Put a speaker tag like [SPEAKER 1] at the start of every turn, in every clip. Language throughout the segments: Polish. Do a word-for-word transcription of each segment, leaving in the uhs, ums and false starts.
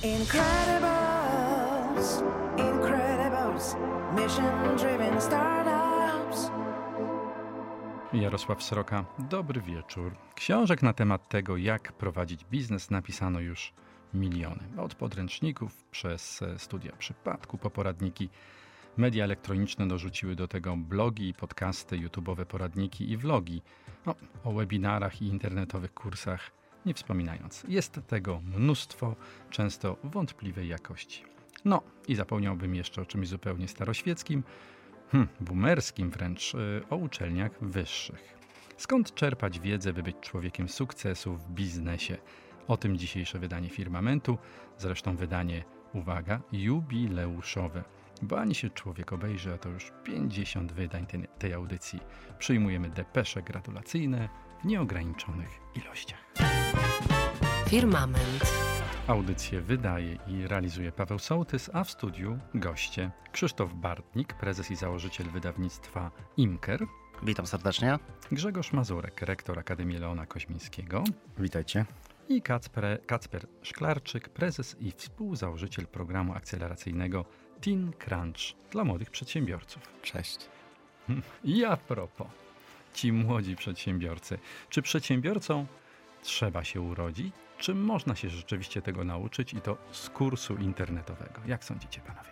[SPEAKER 1] Incredibles, Incredibles, mission-driven startups.
[SPEAKER 2] Jarosław Sroka, dobry wieczór. Książek na temat tego, jak prowadzić biznes, napisano już miliony. Od podręczników przez studia przypadku po poradniki. Media elektroniczne dorzuciły do tego blogi, podcasty, YouTube'owe poradniki i vlogi. No, o webinarach i internetowych kursach nie wspominając. Jest tego mnóstwo, często wątpliwej jakości. No i zapomniałbym jeszcze o czymś zupełnie staroświeckim, hmm, boomerskim wręcz, yy, o uczelniach wyższych. Skąd czerpać wiedzę, by być człowiekiem sukcesu w biznesie? O tym dzisiejsze wydanie Firmamentu, zresztą wydanie, uwaga, jubileuszowe. Bo ani się człowiek obejrzy, a to już pięćdziesiąt wydań tej, tej audycji. Przyjmujemy depesze gratulacyjne w nieograniczonych ilościach.
[SPEAKER 3] Firmament.
[SPEAKER 2] Audycję wydaje i realizuje Paweł Sołtys, a w studiu goście Krzysztof Bartnik, prezes i założyciel wydawnictwa Imker.
[SPEAKER 4] Witam serdecznie.
[SPEAKER 2] Grzegorz Mazurek, rektor Akademii Leona Koźmińskiego.
[SPEAKER 4] Witajcie.
[SPEAKER 2] I Kacper, Kacper Szklarczyk, prezes i współzałożyciel programu akceleracyjnego Teen Crunch dla młodych przedsiębiorców.
[SPEAKER 4] Cześć.
[SPEAKER 2] I a propos, ci młodzi przedsiębiorcy. Czy przedsiębiorcą trzeba się urodzić? Czy można się rzeczywiście tego nauczyć i to z kursu internetowego? Jak sądzicie, panowie?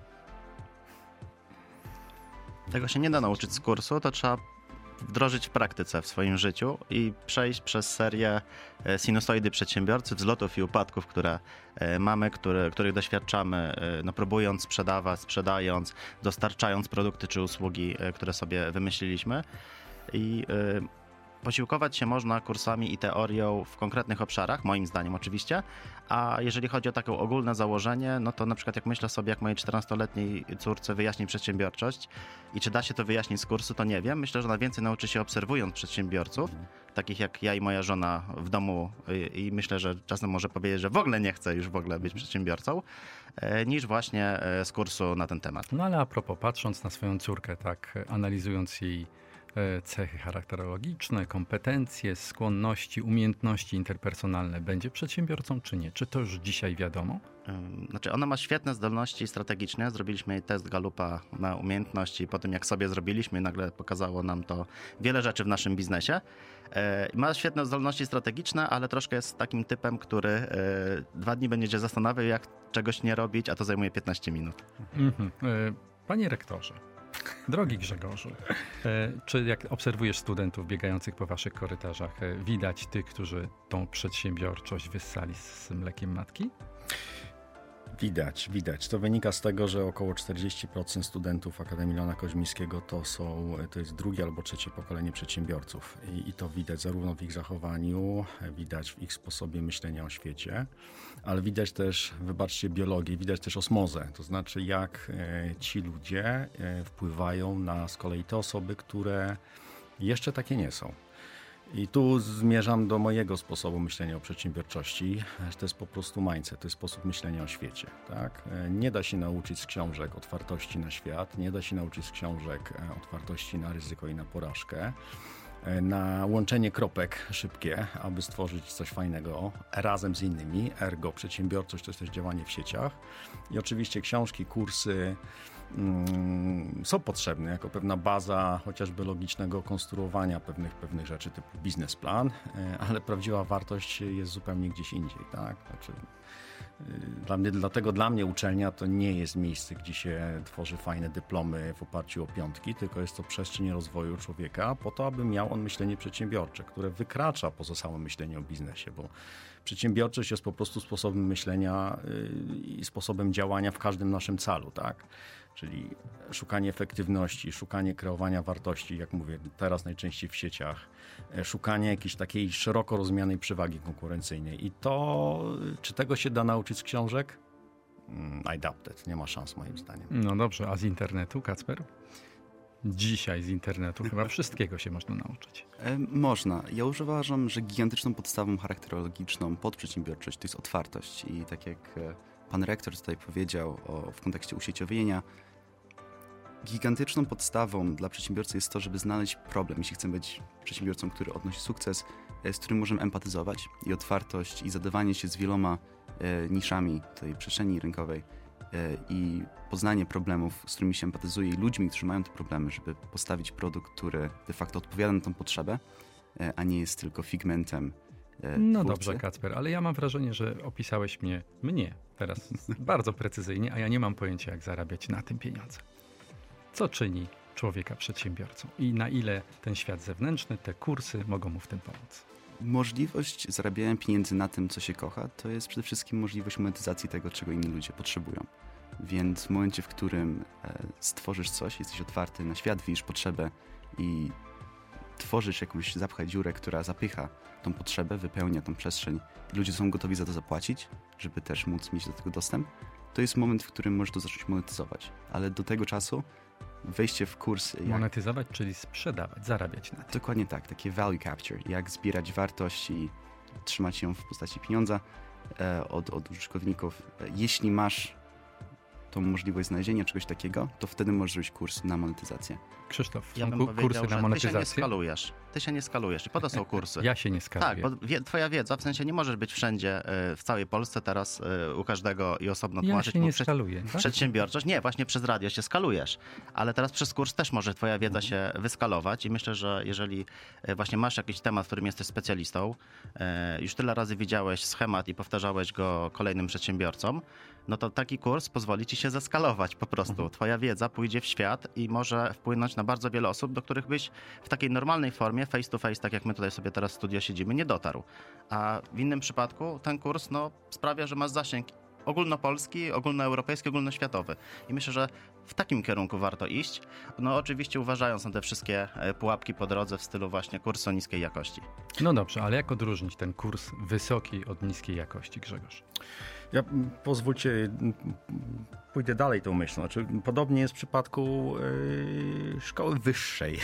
[SPEAKER 4] Tego się nie da nauczyć z kursu, to trzeba wdrożyć w praktyce w swoim życiu i przejść przez serię sinusoidy przedsiębiorcy, wzlotów i upadków, które mamy, które, których doświadczamy, no, próbując sprzedawać, sprzedając, dostarczając produkty czy usługi, które sobie wymyśliliśmy. I yy, posiłkować się można kursami i teorią w konkretnych obszarach, moim zdaniem oczywiście, a jeżeli chodzi o takie ogólne założenie, no to na przykład jak myślę sobie, jak mojej czternastoletniej córce wyjaśnić przedsiębiorczość i czy da się to wyjaśnić z kursu, to nie wiem. Myślę, że ona więcej nauczy się obserwując przedsiębiorców, takich jak ja i moja żona w domu i, i myślę, że czasem może powiedzieć, że w ogóle nie chce już w ogóle być przedsiębiorcą, niż właśnie z kursu na ten temat.
[SPEAKER 2] No ale a propos, patrząc na swoją córkę, tak analizując jej cechy charakterologiczne, kompetencje, skłonności, umiejętności interpersonalne, będzie przedsiębiorcą czy nie? Czy to już dzisiaj wiadomo?
[SPEAKER 4] Znaczy ona ma świetne zdolności strategiczne. Zrobiliśmy jej test Gallupa na umiejętności po tym, jak sobie zrobiliśmy, nagle pokazało nam to wiele rzeczy w naszym biznesie. Ma świetne zdolności strategiczne, ale troszkę jest takim typem, który dwa dni będzie się zastanawiał, jak czegoś nie robić, a to zajmuje piętnaście minut.
[SPEAKER 2] Mhm. Panie rektorze, drogi Grzegorzu, e, czy jak obserwujesz studentów biegających po waszych korytarzach, e, widać tych, którzy tą przedsiębiorczość wyssali z mlekiem matki?
[SPEAKER 5] Widać, widać. To wynika z tego, że około czterdzieści procent studentów Akademii Leona Koźmińskiego to są, to jest drugie albo trzecie pokolenie przedsiębiorców. I, I to widać zarówno w ich zachowaniu, widać w ich sposobie myślenia o świecie, ale widać też, wybaczcie, biologię, widać też osmozę. To znaczy, jak e, ci ludzie e, wpływają na z kolei te osoby, które jeszcze takie nie są. I tu zmierzam do mojego sposobu myślenia o przedsiębiorczości. To jest po prostu mindset, to jest sposób myślenia o świecie. Tak? Nie da się nauczyć z książek otwartości na świat, nie da się nauczyć z książek otwartości na ryzyko i na porażkę, na łączenie kropek szybkie, aby stworzyć coś fajnego razem z innymi. Ergo, przedsiębiorczość to jest też działanie w sieciach. I oczywiście książki, kursy mm, są potrzebne jako pewna baza chociażby logicznego konstruowania pewnych, pewnych rzeczy typu biznesplan, ale prawdziwa wartość jest zupełnie gdzieś indziej. Tak? Znaczy, Dla mnie, dlatego dla mnie uczelnia to nie jest miejsce, gdzie się tworzy fajne dyplomy w oparciu o piątki, tylko jest to przestrzeń rozwoju człowieka po to, aby miał on myślenie przedsiębiorcze, które wykracza poza samo myślenie o biznesie, bo przedsiębiorczość jest po prostu sposobem myślenia i sposobem działania w każdym naszym calu, tak? Czyli szukanie efektywności, szukanie kreowania wartości, jak mówię teraz najczęściej w sieciach, szukanie jakiejś takiej szeroko rozumianej przewagi konkurencyjnej. I to, czy tego się da nauczyć z książek? I doubt it. Nie ma szans moim zdaniem.
[SPEAKER 2] No dobrze, a z internetu, Kacper? Dzisiaj z internetu chyba wszystkiego się można nauczyć.
[SPEAKER 6] E, można. Ja uważam, że gigantyczną podstawą charakterologiczną pod przedsiębiorczość to jest otwartość. I tak jak pan rektor tutaj powiedział o, w kontekście usieciowienia, gigantyczną podstawą dla przedsiębiorcy jest to, żeby znaleźć problem. Jeśli chcemy być przedsiębiorcą, który odnosi sukces, z którym możemy empatyzować i otwartość i zadawanie się z wieloma niszami tej przestrzeni rynkowej i poznanie problemów, z którymi się empatyzuje i ludźmi, którzy mają te problemy, żeby postawić produkt, który de facto odpowiada na tą potrzebę, a nie jest tylko figmentem
[SPEAKER 2] No
[SPEAKER 6] twórcy.
[SPEAKER 2] dobrze, Kacper, ale ja mam wrażenie, że opisałeś mnie, mnie teraz bardzo precyzyjnie, a ja nie mam pojęcia, jak zarabiać na tym pieniądze. Co czyni człowieka przedsiębiorcą i na ile ten świat zewnętrzny, te kursy mogą mu w tym pomóc?
[SPEAKER 6] Możliwość zarabiania pieniędzy na tym, co się kocha, to jest przede wszystkim możliwość monetyzacji tego, czego inni ludzie potrzebują. Więc w momencie, w którym stworzysz coś, jesteś otwarty na świat, widzisz potrzebę i tworzysz jakąś, zapchaj dziurę, która zapycha tą potrzebę, wypełnia tą przestrzeń i ludzie są gotowi za to zapłacić, żeby też móc mieć do tego dostęp, to jest moment, w którym możesz to zacząć monetyzować. Ale do tego czasu wejście w kurs... Jak...
[SPEAKER 2] Monetyzować, czyli sprzedawać, zarabiać na tym.
[SPEAKER 6] Dokładnie tak, takie value capture, jak zbierać wartość i trzymać ją w postaci pieniądza e, od, od użytkowników. E, jeśli masz tą możliwość znalezienia czegoś takiego, to wtedy możesz zrobić kurs na monetyzację.
[SPEAKER 2] Krzysztof,
[SPEAKER 4] Ja
[SPEAKER 2] są
[SPEAKER 4] bym
[SPEAKER 2] ku-
[SPEAKER 4] powiedział,
[SPEAKER 2] kursy
[SPEAKER 4] że
[SPEAKER 2] na monetyzację?
[SPEAKER 4] Ty się nie skalujesz. Ty się nie skalujesz i po to są kursy.
[SPEAKER 2] Ja się nie skaluję.
[SPEAKER 4] Tak, bo wie, twoja wiedza, w sensie nie możesz być wszędzie, y, w całej Polsce teraz y, u każdego i osobno
[SPEAKER 2] Ja
[SPEAKER 4] tłumaczyć
[SPEAKER 2] się
[SPEAKER 4] mu
[SPEAKER 2] nie
[SPEAKER 4] prze-
[SPEAKER 2] skaluję. Tak?
[SPEAKER 4] przedsiębiorczość. Nie, właśnie przez radio się skalujesz, ale teraz przez kurs też może twoja wiedza się wyskalować i myślę, że jeżeli y, właśnie masz jakiś temat, w którym jesteś specjalistą, y, już tyle razy widziałeś schemat i powtarzałeś go kolejnym przedsiębiorcom, no to taki kurs pozwoli ci się zeskalować po prostu.
[SPEAKER 2] Mhm.
[SPEAKER 4] Twoja wiedza pójdzie w świat i może wpłynąć na bardzo wiele osób, do których byś w takiej normalnej formie, face to face, tak jak my tutaj sobie teraz w studio siedzimy, nie dotarł. A w innym przypadku ten kurs no, sprawia, że masz zasięg ogólnopolski, ogólnoeuropejski, ogólnoświatowy. I myślę, że w takim kierunku warto iść. No oczywiście uważając na te wszystkie e, pułapki po drodze w stylu właśnie kursu niskiej jakości.
[SPEAKER 2] No dobrze, ale jak odróżnić ten kurs wysokiej od niskiej jakości, Grzegorz?
[SPEAKER 5] Ja m, pozwólcie, m, pójdę dalej tą myślą. Znaczy, podobnie jest w przypadku y, szkoły wyższej.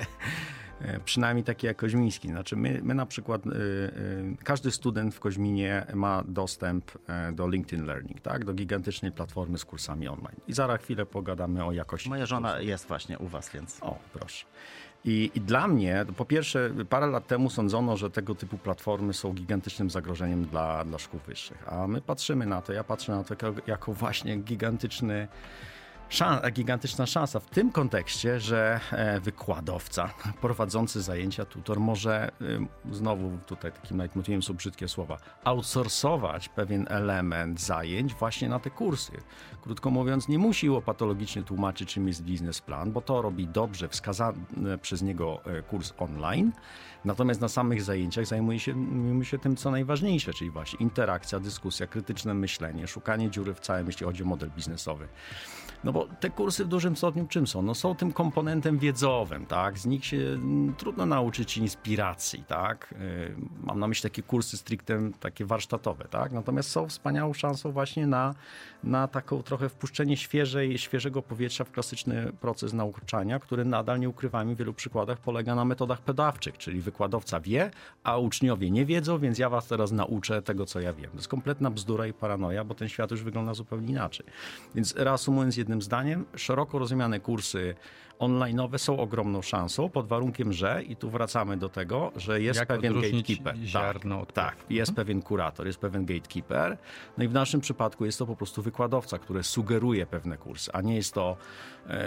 [SPEAKER 5] Przynajmniej takie jak Koźmiński. Znaczy my, my na przykład, y, y, każdy student w Koźminie ma dostęp y, do LinkedIn Learning, tak? Do gigantycznej platformy z kursami online. I zaraz chwilę pogadamy o jakości.
[SPEAKER 4] Moja żona jest właśnie u was, więc...
[SPEAKER 5] O, proszę. I, I dla mnie, po pierwsze, parę lat temu sądzono, że tego typu platformy są gigantycznym zagrożeniem dla, dla szkół wyższych. A my patrzymy na to, ja patrzę na to jako, jako właśnie gigantyczny Szan, gigantyczna szansa w tym kontekście, że wykładowca prowadzący zajęcia, tutor może, znowu tutaj takim leitmotywem są brzydkie słowa, outsourcować pewien element zajęć właśnie na te kursy. Krótko mówiąc, nie musi łopatologicznie tłumaczyć, czym jest biznesplan, bo to robi dobrze wskazany przez niego kurs online. Natomiast na samych zajęciach zajmuje się, zajmuje się tym, co najważniejsze, czyli właśnie interakcja, dyskusja, krytyczne myślenie, szukanie dziury w całym, jeśli chodzi o model biznesowy. No bo te kursy w dużym stopniu czym są? No są tym komponentem wiedzowym, tak? Z nich się m, trudno nauczyć inspiracji, tak? Yy, mam na myśli takie kursy stricte takie warsztatowe, tak? Natomiast są wspaniałą szansą właśnie na, na taką trochę wpuszczenie świeżej, świeżego powietrza w klasyczny proces nauczania, który nadal, nie ukrywajmy, w wielu przykładach polega na metodach pedagogczych, czyli wykładowca wie, a uczniowie nie wiedzą, więc ja was teraz nauczę tego, co ja wiem. To jest kompletna bzdura i paranoja, bo ten świat już wygląda zupełnie inaczej. Więc reasumując jednym zdaniem, szeroko rozumiane kursy online'owe są ogromną szansą, pod warunkiem, że, i tu wracamy do tego, że jest
[SPEAKER 2] Jak
[SPEAKER 5] pewien
[SPEAKER 2] odróżnić
[SPEAKER 5] gatekeeper.
[SPEAKER 2] ziarno
[SPEAKER 5] Tak,
[SPEAKER 2] od
[SPEAKER 5] tak,
[SPEAKER 2] płodów?
[SPEAKER 5] jest
[SPEAKER 2] Mhm.
[SPEAKER 5] pewien kurator, jest pewien gatekeeper. No i w naszym przypadku jest to po prostu wykładowca, który sugeruje pewne kursy, a nie jest to e,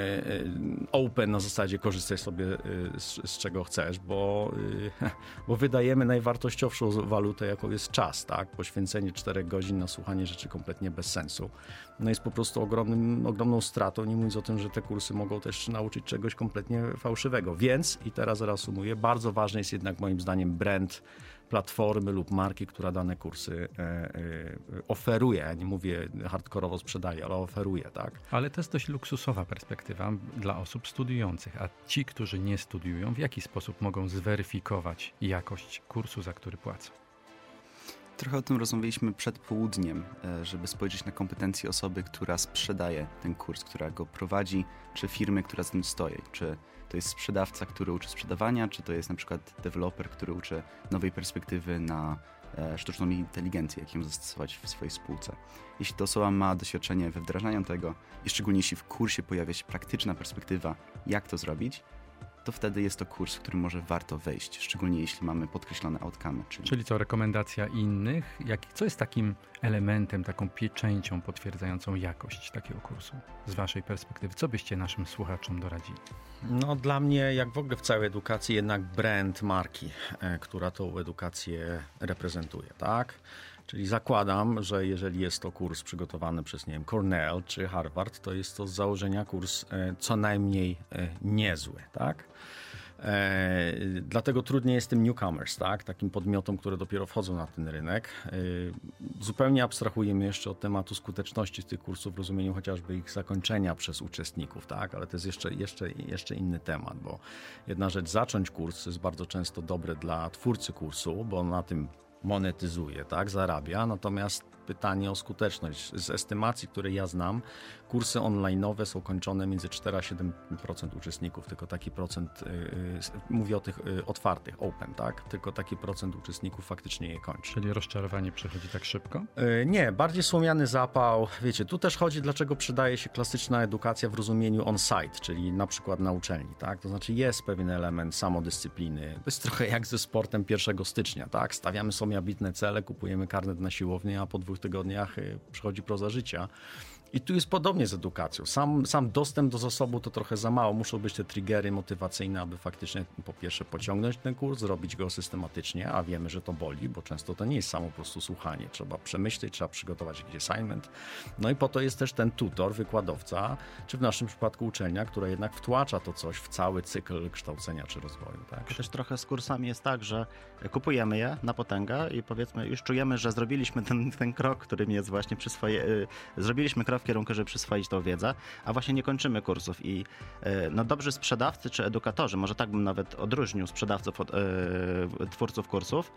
[SPEAKER 5] open na zasadzie korzystaj sobie e, z, z czego chcesz, bo, e, bo wydajemy najwartościowszą walutę, jaką jest czas, tak? Poświęcenie czterech godzin na słuchanie rzeczy kompletnie bez sensu. No jest po prostu ogromnym, ogromną stratą, nie mówiąc o tym, że te kursy mogą też nauczyć czegoś kompletnie fałszywego. Więc, i teraz reasumuję, bardzo ważny jest jednak moim zdaniem brand platformy lub marki, która dane kursy e, e, oferuje. Ja nie mówię hardkorowo sprzedaje, ale oferuje, tak?
[SPEAKER 2] Ale to jest dość luksusowa perspektywa dla osób studiujących. A ci, którzy nie studiują, w jaki sposób mogą zweryfikować jakość kursu, za który płacą?
[SPEAKER 6] Trochę o tym rozmawialiśmy przed południem, żeby spojrzeć na kompetencje osoby, która sprzedaje ten kurs, która go prowadzi, czy firmy, która z tym stoi. Czy to jest sprzedawca, który uczy sprzedawania, czy to jest na przykład deweloper, który uczy nowej perspektywy na sztuczną inteligencję, jak ją zastosować w swojej spółce. Jeśli ta osoba ma doświadczenie we wdrażaniu tego i szczególnie jeśli w kursie pojawia się praktyczna perspektywa, jak to zrobić, to wtedy jest to kurs, w który może warto wejść, szczególnie jeśli mamy podkreślone outcome. Czyli,
[SPEAKER 2] Czyli co, rekomendacja innych? Jak, co jest takim elementem, taką pieczęcią potwierdzającą jakość takiego kursu z waszej perspektywy? Co byście naszym słuchaczom doradzili?
[SPEAKER 5] No dla mnie, jak w ogóle w całej edukacji, jednak brand marki, e, która tą edukację reprezentuje, tak? Czyli zakładam, że jeżeli jest to kurs przygotowany przez, nie wiem, Cornell czy Harvard, to jest to z założenia kurs e, co najmniej e, niezły, tak? E, dlatego trudniej jest tym newcomers, tak? Takim podmiotom, które dopiero wchodzą na ten rynek. E, zupełnie abstrahujemy jeszcze od tematu skuteczności tych kursów w rozumieniu chociażby ich zakończenia przez uczestników, tak? Ale to jest jeszcze, jeszcze, jeszcze inny temat, bo jedna rzecz, zacząć kurs jest bardzo często dobre dla twórcy kursu, bo na tym monetyzuje, tak, zarabia, natomiast pytanie o skuteczność. Z estymacji, które ja znam, kursy online'owe są kończone między cztery a siedem procent uczestników, tylko taki procent, yy, mówię o tych yy, otwartych, open, tak, tylko taki procent uczestników faktycznie je kończy.
[SPEAKER 2] Czyli rozczarowanie przychodzi tak szybko?
[SPEAKER 5] Yy, nie, bardziej słomiany zapał. Wiecie, tu też chodzi, dlaczego przydaje się klasyczna edukacja w rozumieniu on-site, czyli na przykład na uczelni, tak, to znaczy jest pewien element samodyscypliny. To jest trochę jak ze sportem pierwszego stycznia, tak, stawiamy sobie ambitne cele, kupujemy karnet na siłownię, a po dwóch tygodniach przychodzi proza życia. I tu jest podobnie z edukacją. Sam, sam dostęp do zasobu to trochę za mało. Muszą być te triggery motywacyjne, aby faktycznie po pierwsze pociągnąć ten kurs, zrobić go systematycznie, a wiemy, że to boli, bo często to nie jest samo po prostu słuchanie. Trzeba przemyśleć, trzeba przygotować jakiś assignment. No i po to jest też ten tutor, wykładowca, czy w naszym przypadku uczelnia, która jednak wtłacza to coś w cały cykl kształcenia czy rozwoju. Tak?
[SPEAKER 4] Też trochę z kursami jest tak, że kupujemy je na potęgę i powiedzmy już czujemy, że zrobiliśmy ten, ten krok, którym jest właśnie przyswoje... Zrobiliśmy krok w kierunku, żeby przyswoić tą wiedzę, a właśnie nie kończymy kursów i no dobrzy sprzedawcy czy edukatorzy, może tak bym nawet odróżnił sprzedawców od e, twórców kursów,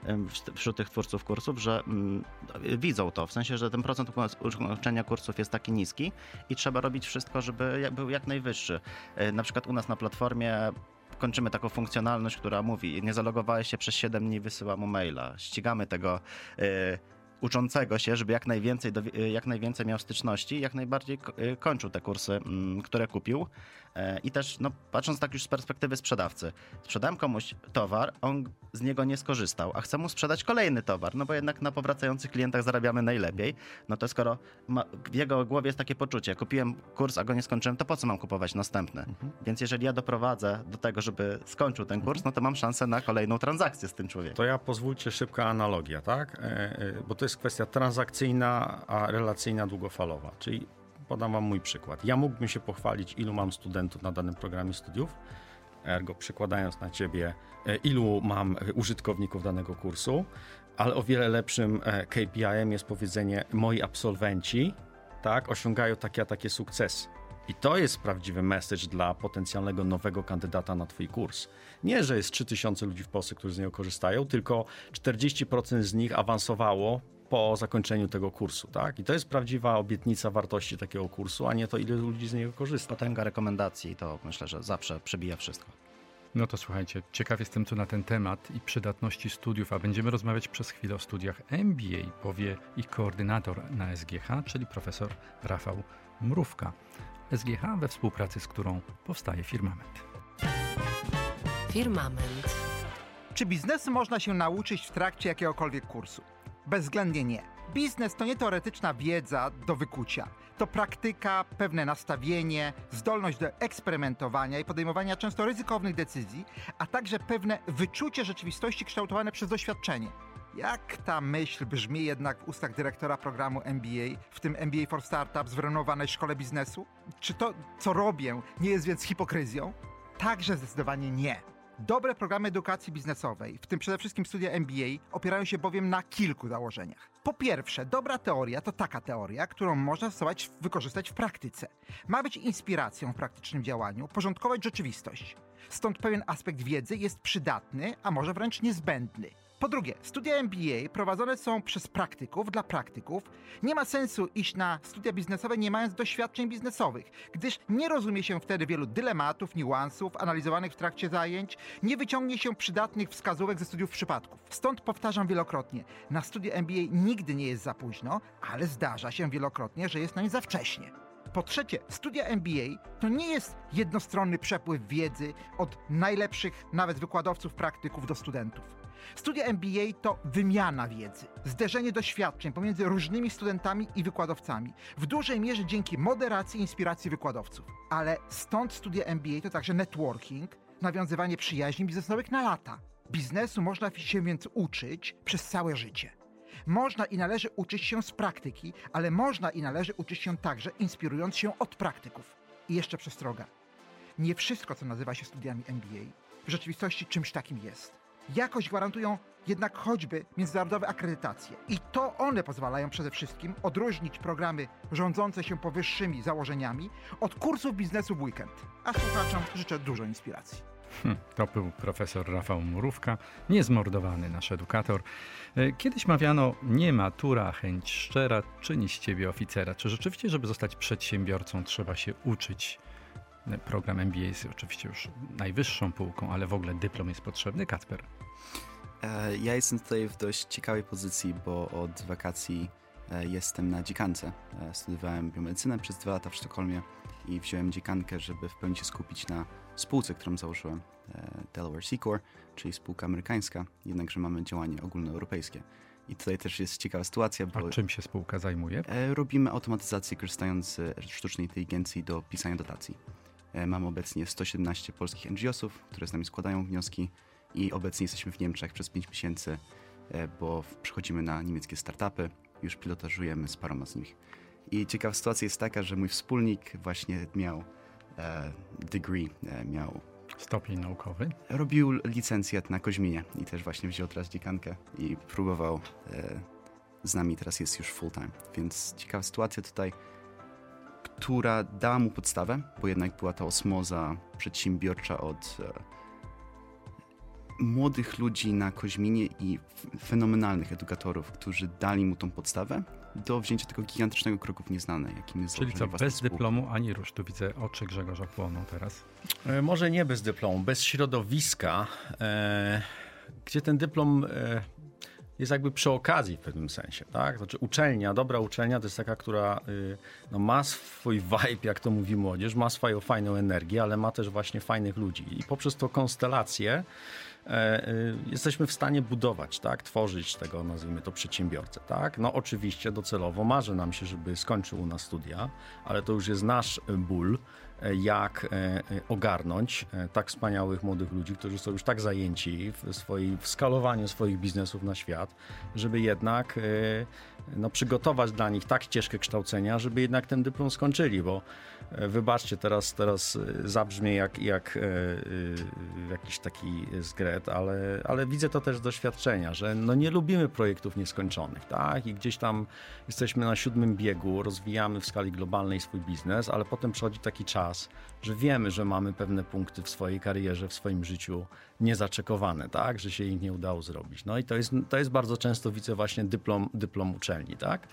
[SPEAKER 4] wśród tych twórców kursów, że m, widzą to, w sensie, że ten procent ukończenia kursów jest taki niski i trzeba robić wszystko, żeby był jak najwyższy. E, na przykład u nas na platformie kończymy taką funkcjonalność, która mówi, nie zalogowałeś się przez siedem dni, wysyła mu maila. Ścigamy tego e, uczącego się, żeby jak najwięcej, jak najwięcej miał styczności, jak najbardziej kończył te kursy, które kupił. I też, no, patrząc tak już z perspektywy sprzedawcy, sprzedałem komuś towar, on z niego nie skorzystał, a chcę mu sprzedać kolejny towar, no bo jednak na powracających klientach zarabiamy najlepiej, no to skoro ma, w jego głowie jest takie poczucie, kupiłem kurs, a go nie skończyłem, to po co mam kupować następny? Mhm. Więc jeżeli ja doprowadzę do tego, żeby skończył ten kurs, no to mam szansę na kolejną transakcję z tym człowiekiem.
[SPEAKER 5] To ja pozwólcie szybka analogia, tak? Bo to jest kwestia transakcyjna, a relacyjna długofalowa, czyli podam wam mój przykład. Ja mógłbym się pochwalić, ilu mam studentów na danym programie studiów, ergo przekładając na ciebie, ilu mam użytkowników danego kursu, ale o wiele lepszym K P I-em jest powiedzenie, moi absolwenci, tak, osiągają takie a takie sukcesy. I to jest prawdziwy message dla potencjalnego nowego kandydata na twój kurs. Nie, że jest trzy tysiące ludzi w Polsce, którzy z niego korzystają, tylko czterdzieści procent z nich awansowało po zakończeniu tego kursu, tak? I to jest prawdziwa obietnica wartości takiego kursu, a nie to, ile ludzi z niego korzysta.
[SPEAKER 4] Potęga rekomendacji to myślę, że zawsze przebija wszystko.
[SPEAKER 2] No to słuchajcie, ciekaw jestem tu na ten temat i przydatności studiów, a będziemy rozmawiać przez chwilę o studiach M B A, powie ich koordynator na S G H, czyli profesor Rafał Mrówka. S G H, we współpracy z którą powstaje Firmament.
[SPEAKER 3] Firmament.
[SPEAKER 7] Czy biznesu można się nauczyć w trakcie jakiegokolwiek kursu? Bezwzględnie nie. Biznes to nie teoretyczna wiedza do wykucia. To praktyka, pewne nastawienie, zdolność do eksperymentowania i podejmowania często ryzykownych decyzji, a także pewne wyczucie rzeczywistości kształtowane przez doświadczenie. Jak ta myśl brzmi jednak w ustach dyrektora programu M B A, w tym M B A for Startups w renomowanej szkole biznesu? Czy to, co robię, nie jest więc hipokryzją? Także zdecydowanie nie. Dobre programy edukacji biznesowej, w tym przede wszystkim studia M B A, opierają się bowiem na kilku założeniach. Po pierwsze, dobra teoria to taka teoria, którą można stosować, wykorzystać w praktyce. Ma być inspiracją w praktycznym działaniu, porządkować rzeczywistość. Stąd pewien aspekt wiedzy jest przydatny, a może wręcz niezbędny. Po drugie, studia M B A prowadzone są przez praktyków dla praktyków. Nie ma sensu iść na studia biznesowe nie mając doświadczeń biznesowych, gdyż nie rozumie się wtedy wielu dylematów, niuansów analizowanych w trakcie zajęć, nie wyciągnie się przydatnych wskazówek ze studiów przypadków. Stąd powtarzam wielokrotnie, na studia M B A nigdy nie jest za późno, ale zdarza się wielokrotnie, że jest na nie za wcześnie. Po trzecie, studia M B A to nie jest jednostronny przepływ wiedzy od najlepszych nawet wykładowców, praktyków do studentów. Studia M B A to wymiana wiedzy, zderzenie doświadczeń pomiędzy różnymi studentami i wykładowcami, w dużej mierze dzięki moderacji i inspiracji wykładowców. Ale stąd studia M B A to także networking, nawiązywanie przyjaźni biznesowych na lata. Biznesu można się więc uczyć przez całe życie. Można i należy uczyć się z praktyki, ale można i należy uczyć się także inspirując się od praktyków. I jeszcze przestroga. Nie wszystko, co nazywa się studiami M B A, w rzeczywistości czymś takim jest. Jakość gwarantują jednak choćby międzynarodowe akredytacje. I to one pozwalają przede wszystkim odróżnić programy rządzące się powyższymi założeniami od kursów biznesu w weekend. A słuchaczom życzę dużo inspiracji.
[SPEAKER 2] Hm, to był profesor Rafał Murówka, niezmordowany nasz edukator. Kiedyś mawiano, nie matura, chęć szczera, czyni z ciebie oficera. Czy rzeczywiście, żeby zostać przedsiębiorcą, trzeba się uczyć? Program M B A jest oczywiście już najwyższą półką, ale w ogóle dyplom jest potrzebny. Kacper?
[SPEAKER 6] Ja jestem tutaj w dość ciekawej pozycji, bo od wakacji jestem na dziekance. Studiowałem biomedycynę przez dwa lata w Sztokholmie i wziąłem dziekankę, żeby w pełni się skupić na spółce, którą założyłem, Delaware Seacore, czyli spółka amerykańska, jednakże mamy działanie ogólnoeuropejskie. I tutaj też jest ciekawa sytuacja, bo...
[SPEAKER 2] A czym się spółka zajmuje?
[SPEAKER 6] Robimy automatyzację korzystając z sztucznej inteligencji do pisania dotacji. Mamy obecnie sto siedemnaście polskich N G O sów, które z nami składają wnioski i obecnie jesteśmy w Niemczech przez pięć miesięcy, bo przechodzimy na niemieckie startupy, już pilotażujemy z paroma z nich. I ciekawa sytuacja jest taka, że mój wspólnik właśnie miał e, degree, e, miał
[SPEAKER 2] stopień naukowy.
[SPEAKER 6] Robił licencjat na Koźminie i też właśnie wziął teraz dziekankę i próbował e, z nami, teraz jest już full time. Więc ciekawa sytuacja tutaj, która dała mu podstawę, bo jednak była to osmoza przedsiębiorcza od e, młodych ludzi na Koźminie i fenomenalnych edukatorów, którzy dali mu tą podstawę do wzięcia tego gigantycznego kroku w nieznane, jakim jest
[SPEAKER 2] Czyli co,
[SPEAKER 6] założenie własnej
[SPEAKER 2] bez
[SPEAKER 6] spółki.
[SPEAKER 2] dyplomu ani rusz. Tu widzę oczy Grzegorza płoną teraz.
[SPEAKER 5] E, może nie bez dyplomu, bez środowiska, e, gdzie ten dyplom e, jest jakby przy okazji w pewnym sensie, tak? Znaczy uczelnia, dobra uczelnia to jest taka, która y, no, ma swój vibe, jak to mówi młodzież, ma swoją fajną energię, ale ma też właśnie fajnych ludzi. I poprzez tą konstelację e, y, jesteśmy w stanie budować, tak? Tworzyć tego, nazwijmy to, przedsiębiorcę, tak? No oczywiście docelowo marzy nam się, żeby skończył u nas studia, ale to już jest nasz ból, jak ogarnąć tak wspaniałych młodych ludzi, którzy są już tak zajęci w, swojej, w skalowaniu swoich biznesów na świat, żeby jednak no, przygotować dla nich tak ścieżkę kształcenia, żeby jednak ten dyplom skończyli, bo wybaczcie, teraz, teraz zabrzmie jak, jak jakiś taki zgret, ale, ale widzę to też z doświadczenia, że no, nie lubimy projektów nieskończonych, tak? I gdzieś tam jesteśmy na siódmym biegu, rozwijamy w skali globalnej swój biznes, ale potem przychodzi taki czas, że wiemy, że mamy pewne punkty w swojej karierze, w swoim życiu niezaczekowane, tak? Że się ich nie udało zrobić. No i to jest, to jest bardzo często, widzę, właśnie dyplom, dyplom uczelni, tak?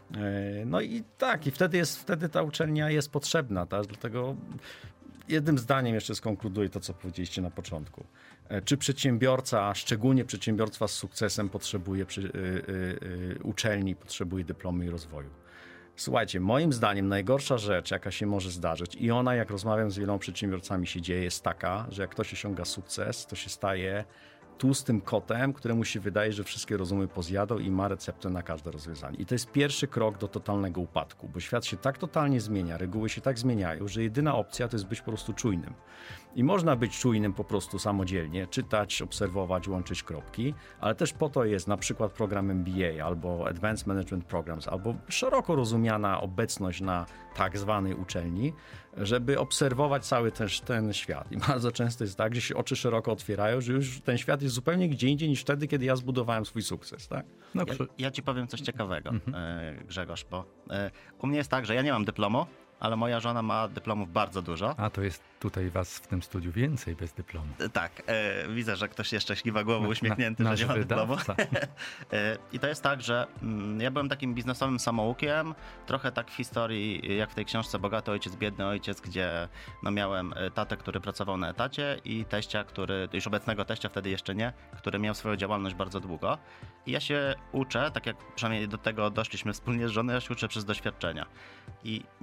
[SPEAKER 5] No i tak, i wtedy, jest, wtedy ta uczelnia jest potrzebna, tak? Dlatego jednym zdaniem jeszcze skonkluduję to, co powiedzieliście na początku. Czy przedsiębiorca, szczególnie przedsiębiorstwa z sukcesem, potrzebuje przy, y, y, y, uczelni, potrzebuje dyplomu i rozwoju? Słuchajcie, moim zdaniem najgorsza rzecz, jaka się może zdarzyć, i ona, jak rozmawiam z wieloma przedsiębiorcami, się dzieje, jest taka, że jak ktoś osiąga sukces, to się staje tłustym kotem, któremu się wydaje, że wszystkie rozumy pozjadał i ma receptę na każde rozwiązanie. I to jest pierwszy krok do totalnego upadku, bo świat się tak totalnie zmienia, reguły się tak zmieniają, że jedyna opcja to jest być po prostu czujnym. I można być czujnym po prostu samodzielnie, czytać, obserwować, łączyć kropki, ale też po to jest na przykład program M B A albo Advanced Management Programs, albo szeroko rozumiana obecność na tak zwanej uczelni, żeby obserwować cały też ten świat. I bardzo często jest tak, że się oczy szeroko otwierają, że już ten świat jest zupełnie gdzie indziej niż wtedy, kiedy ja zbudowałem swój sukces, tak?
[SPEAKER 2] No,
[SPEAKER 4] Ja, ja ci powiem coś ciekawego,
[SPEAKER 2] Mhm.
[SPEAKER 4] e, Grzegorz, bo e, u mnie jest tak, że ja nie mam dyplomu, ale moja żona ma dyplomów bardzo dużo.
[SPEAKER 2] A to jest tutaj was w tym studiu więcej bez dyplomu.
[SPEAKER 4] E, Tak, e, widzę, że ktoś jeszcze kiwa głową uśmiechnięty,
[SPEAKER 2] Na-
[SPEAKER 4] że nie ma
[SPEAKER 2] nasz
[SPEAKER 4] dyplomu.
[SPEAKER 2] wydawca.
[SPEAKER 4] E, I to jest tak, że mm, ja byłem takim biznesowym samoukiem, trochę tak w historii, jak w tej książce Bogaty ojciec, biedny ojciec, gdzie no, miałem tatę, który pracował na etacie i teścia, który, już obecnego teścia, wtedy jeszcze nie, który miał swoją działalność bardzo długo. I ja się uczę, tak jak przynajmniej do tego doszliśmy wspólnie z żoną, ja się uczę przez doświadczenia. I nie umiem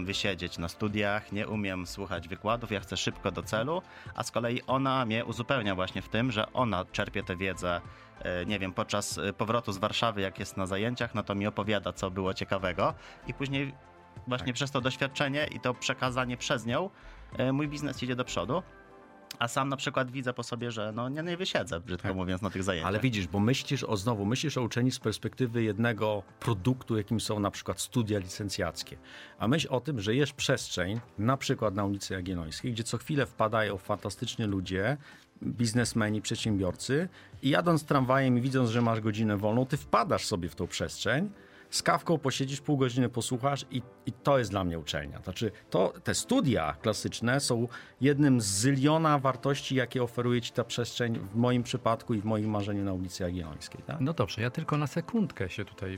[SPEAKER 4] umiem wysiedzieć na studiach, nie umiem słuchać wykładów, ja chcę szybko do celu, a z kolei ona mnie uzupełnia właśnie w tym, że ona czerpie tę wiedzę, nie wiem, podczas powrotu z Warszawy, jak jest na zajęciach, no to mi opowiada, co było ciekawego i później właśnie tak. przez to doświadczenie i to przekazanie przez nią mój biznes idzie do przodu. A sam na przykład widzę po sobie, że no nie, nie wysiedzę, brzydko tak. mówiąc, na tych zajęciach.
[SPEAKER 5] Ale widzisz, bo myślisz o znowu, myślisz o uczelni z perspektywy jednego produktu, jakim są na przykład studia licencjackie. A myśl o tym, że jest przestrzeń, na przykład na ulicy Jagiellońskiej, gdzie co chwilę wpadają fantastyczni ludzie, biznesmeni, przedsiębiorcy i jadąc tramwajem i widząc, że masz godzinę wolną, ty wpadasz sobie w tą przestrzeń, z kawką posiedzisz, pół godziny posłuchasz i, i to jest dla mnie uczelnia. Znaczy, to, te studia klasyczne są jednym z zyliona wartości, jakie oferuje ci ta przestrzeń w moim przypadku i w moim marzeniu na ulicy Jagiellońskiej. Tak?
[SPEAKER 2] No dobrze, ja tylko na sekundkę się tutaj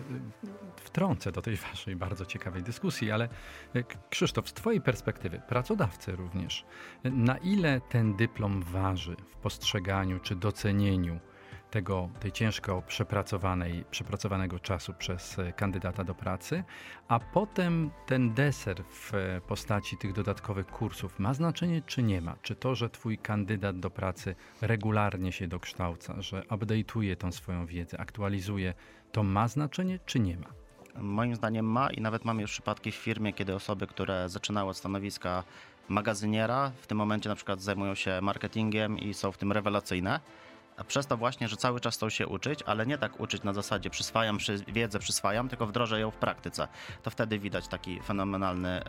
[SPEAKER 2] wtrącę do tej waszej bardzo ciekawej dyskusji, ale Krzysztof, z twojej perspektywy, pracodawcy również, na ile ten dyplom waży w postrzeganiu czy docenieniu tego, tej ciężko przepracowanej, przepracowanego czasu przez kandydata do pracy, a potem ten deser w postaci tych dodatkowych kursów ma znaczenie czy nie ma? Czy to, że twój kandydat do pracy regularnie się dokształca, że update'uje tą swoją wiedzę, aktualizuje, to ma znaczenie czy nie ma?
[SPEAKER 4] Moim zdaniem ma i nawet mamy już przypadki w firmie, kiedy osoby, które zaczynały od stanowiska magazyniera, w tym momencie na przykład zajmują się marketingiem i są w tym rewelacyjne. A przez to właśnie, że cały czas chcą się uczyć, ale nie tak uczyć na zasadzie przyswajam przy, wiedzę, przyswajam, tylko wdrożę ją w praktyce. To wtedy widać taki fenomenalny,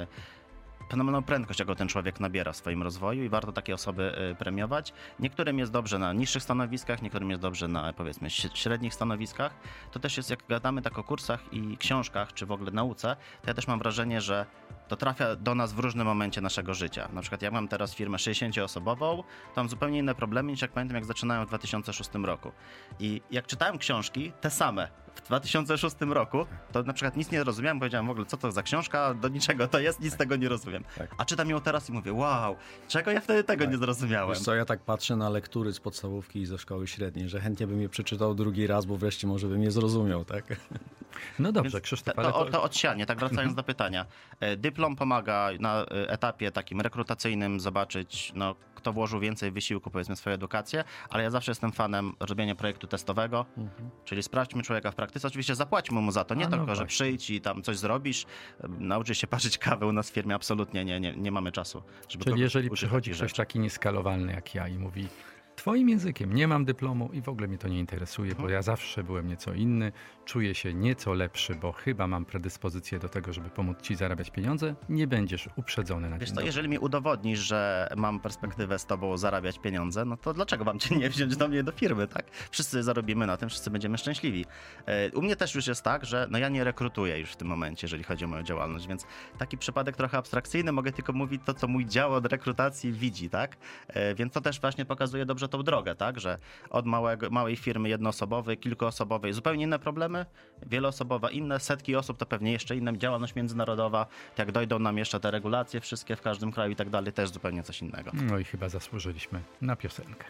[SPEAKER 4] yy, fenomenalną prędkość, jaką ten człowiek nabiera w swoim rozwoju i warto takie osoby yy, premiować. Niektórym jest dobrze na niższych stanowiskach, niektórym jest dobrze na, powiedzmy, średnich stanowiskach. To też jest, jak gadamy tak o kursach i książkach, czy w ogóle nauce, to ja też mam wrażenie, że to trafia do nas w różnym momencie naszego życia. Na przykład ja mam teraz firmę sześćdziesięcioosobową, to mam zupełnie inne problemy niż jak pamiętam, jak zaczynałem w dwa tysiące szóstym roku. I jak czytałem książki, te same, w dwa tysiące szóstym roku, to na przykład nic nie rozumiałem, powiedziałem w ogóle, co to za książka, do niczego to jest, nic z tego nie rozumiem.
[SPEAKER 5] Tak.
[SPEAKER 4] A czytam ją teraz i mówię, wow, czego ja wtedy tego
[SPEAKER 5] tak.
[SPEAKER 4] nie zrozumiałem.
[SPEAKER 5] Wiesz co, ja tak patrzę na lektury z podstawówki i ze szkoły średniej, że chętnie bym je przeczytał drugi raz, bo wreszcie może bym je zrozumiał, tak?
[SPEAKER 2] No dobrze, Krzysztof, ale
[SPEAKER 4] to... To, to odsianie, tak wracając do pytania. Dyplom pomaga na etapie takim rekrutacyjnym zobaczyć, no, kto włożył więcej wysiłku, powiedzmy, w swoją edukację, ale ja zawsze jestem fanem robienia projektu testowego, mhm. czyli sprawdźmy człowieka w praktyce. Oczywiście zapłaćmy mu za to, nie A, tylko, no że przyjdź i tam coś zrobisz, nauczysz się parzyć kawę u nas w firmie, absolutnie nie, nie, nie mamy czasu. Żeby
[SPEAKER 2] Czyli jeżeli przychodzi ktoś
[SPEAKER 4] rzeczy.
[SPEAKER 2] taki nieskalowalny jak ja i mówi, twoim językiem nie mam dyplomu i w ogóle mnie to nie interesuje, bo ja zawsze byłem nieco inny, czuję się nieco lepszy, bo chyba mam predyspozycję do tego, żeby pomóc ci zarabiać pieniądze, nie będziesz uprzedzony na
[SPEAKER 4] Wiesz
[SPEAKER 2] dzień
[SPEAKER 4] co,
[SPEAKER 2] dobry.
[SPEAKER 4] jeżeli mi udowodnisz, że mam perspektywę z tobą zarabiać pieniądze, no to dlaczego mam cię nie wziąć do mnie do firmy, tak? Wszyscy zarobimy na tym, wszyscy będziemy szczęśliwi. U mnie też już jest tak, że no ja nie rekrutuję już w tym momencie, jeżeli chodzi o moją działalność, więc taki przypadek trochę abstrakcyjny, mogę tylko mówić to, co mój dział od rekrutacji widzi, tak? Więc to też właśnie pokazuje dobrze tą drogę, tak? Że od małego, małej firmy jednoosobowej, kilkuosobowej zupełnie inne problemy, wieloosobowa inne, setki osób to pewnie jeszcze inna działalność międzynarodowa, jak dojdą nam jeszcze te regulacje wszystkie w każdym kraju i tak dalej, też zupełnie coś innego.
[SPEAKER 2] No i chyba zasłużyliśmy na piosenkę.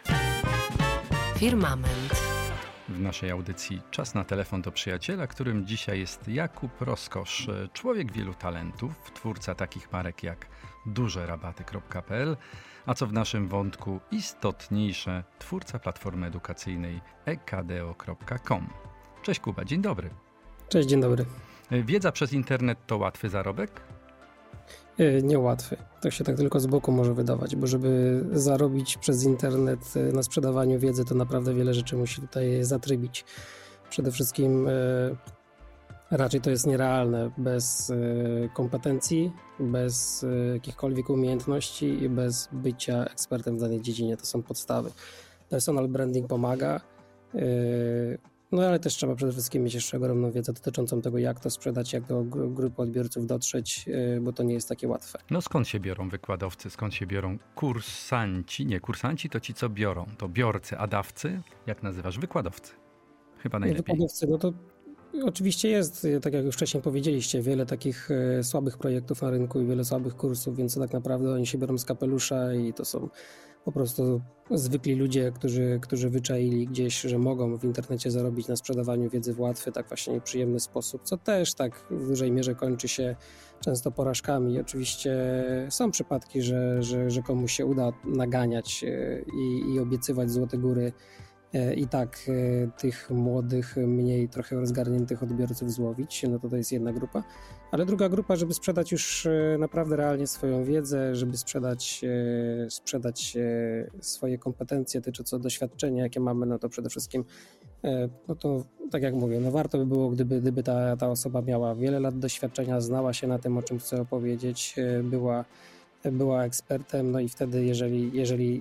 [SPEAKER 3] Firmament.
[SPEAKER 2] W naszej audycji czas na telefon do przyjaciela, którym dzisiaj jest Jakub Roskosz, człowiek wielu talentów, twórca takich marek jak duże rabaty kropka p l, a co w naszym wątku istotniejsze, twórca platformy edukacyjnej e k d o kropka com. Cześć Kuba, dzień dobry.
[SPEAKER 8] Cześć, dzień dobry.
[SPEAKER 2] Wiedza przez internet to łatwy zarobek?
[SPEAKER 8] Niełatwy. To się tak tylko z boku może wydawać, bo żeby zarobić przez internet na sprzedawaniu wiedzy, to naprawdę wiele rzeczy musi tutaj zatrybić. Przede wszystkim raczej to jest nierealne bez kompetencji, bez jakichkolwiek umiejętności i bez bycia ekspertem w danej dziedzinie. To są podstawy. Personal branding pomaga, no ale też trzeba przede wszystkim mieć jeszcze ogromną wiedzę dotyczącą tego, jak to sprzedać, jak do grupy odbiorców dotrzeć, bo to nie jest takie łatwe.
[SPEAKER 2] No skąd się biorą wykładowcy, skąd się biorą kursanci? Nie, kursanci to ci, co biorą. To biorcy, a dawcy? Jak nazywasz? Wykładowcy. Chyba najlepiej.
[SPEAKER 8] Wykładowcy, no to oczywiście jest, tak jak już wcześniej powiedzieliście, wiele takich e, słabych projektów na rynku i wiele słabych kursów, więc tak naprawdę oni się biorą z kapelusza i to są po prostu zwykli ludzie, którzy, którzy wyczaili gdzieś, że mogą w internecie zarobić na sprzedawaniu wiedzy w łatwy, tak właśnie nieprzyjemny sposób, co też tak w dużej mierze kończy się często porażkami. Oczywiście są przypadki, że, że, że komuś się uda naganiać i, i obiecywać złote góry i tak tych młodych, mniej trochę rozgarniętych odbiorców złowić, no to to jest jedna grupa, ale druga grupa, żeby sprzedać już naprawdę realnie swoją wiedzę, żeby sprzedać, sprzedać swoje kompetencje dotyczące doświadczenia, jakie mamy, no to przede wszystkim, no to tak jak mówię, no warto by było, gdyby, gdyby ta, ta osoba miała wiele lat doświadczenia, znała się na tym, o czym chce opowiedzieć, była, była ekspertem, no i wtedy, jeżeli, jeżeli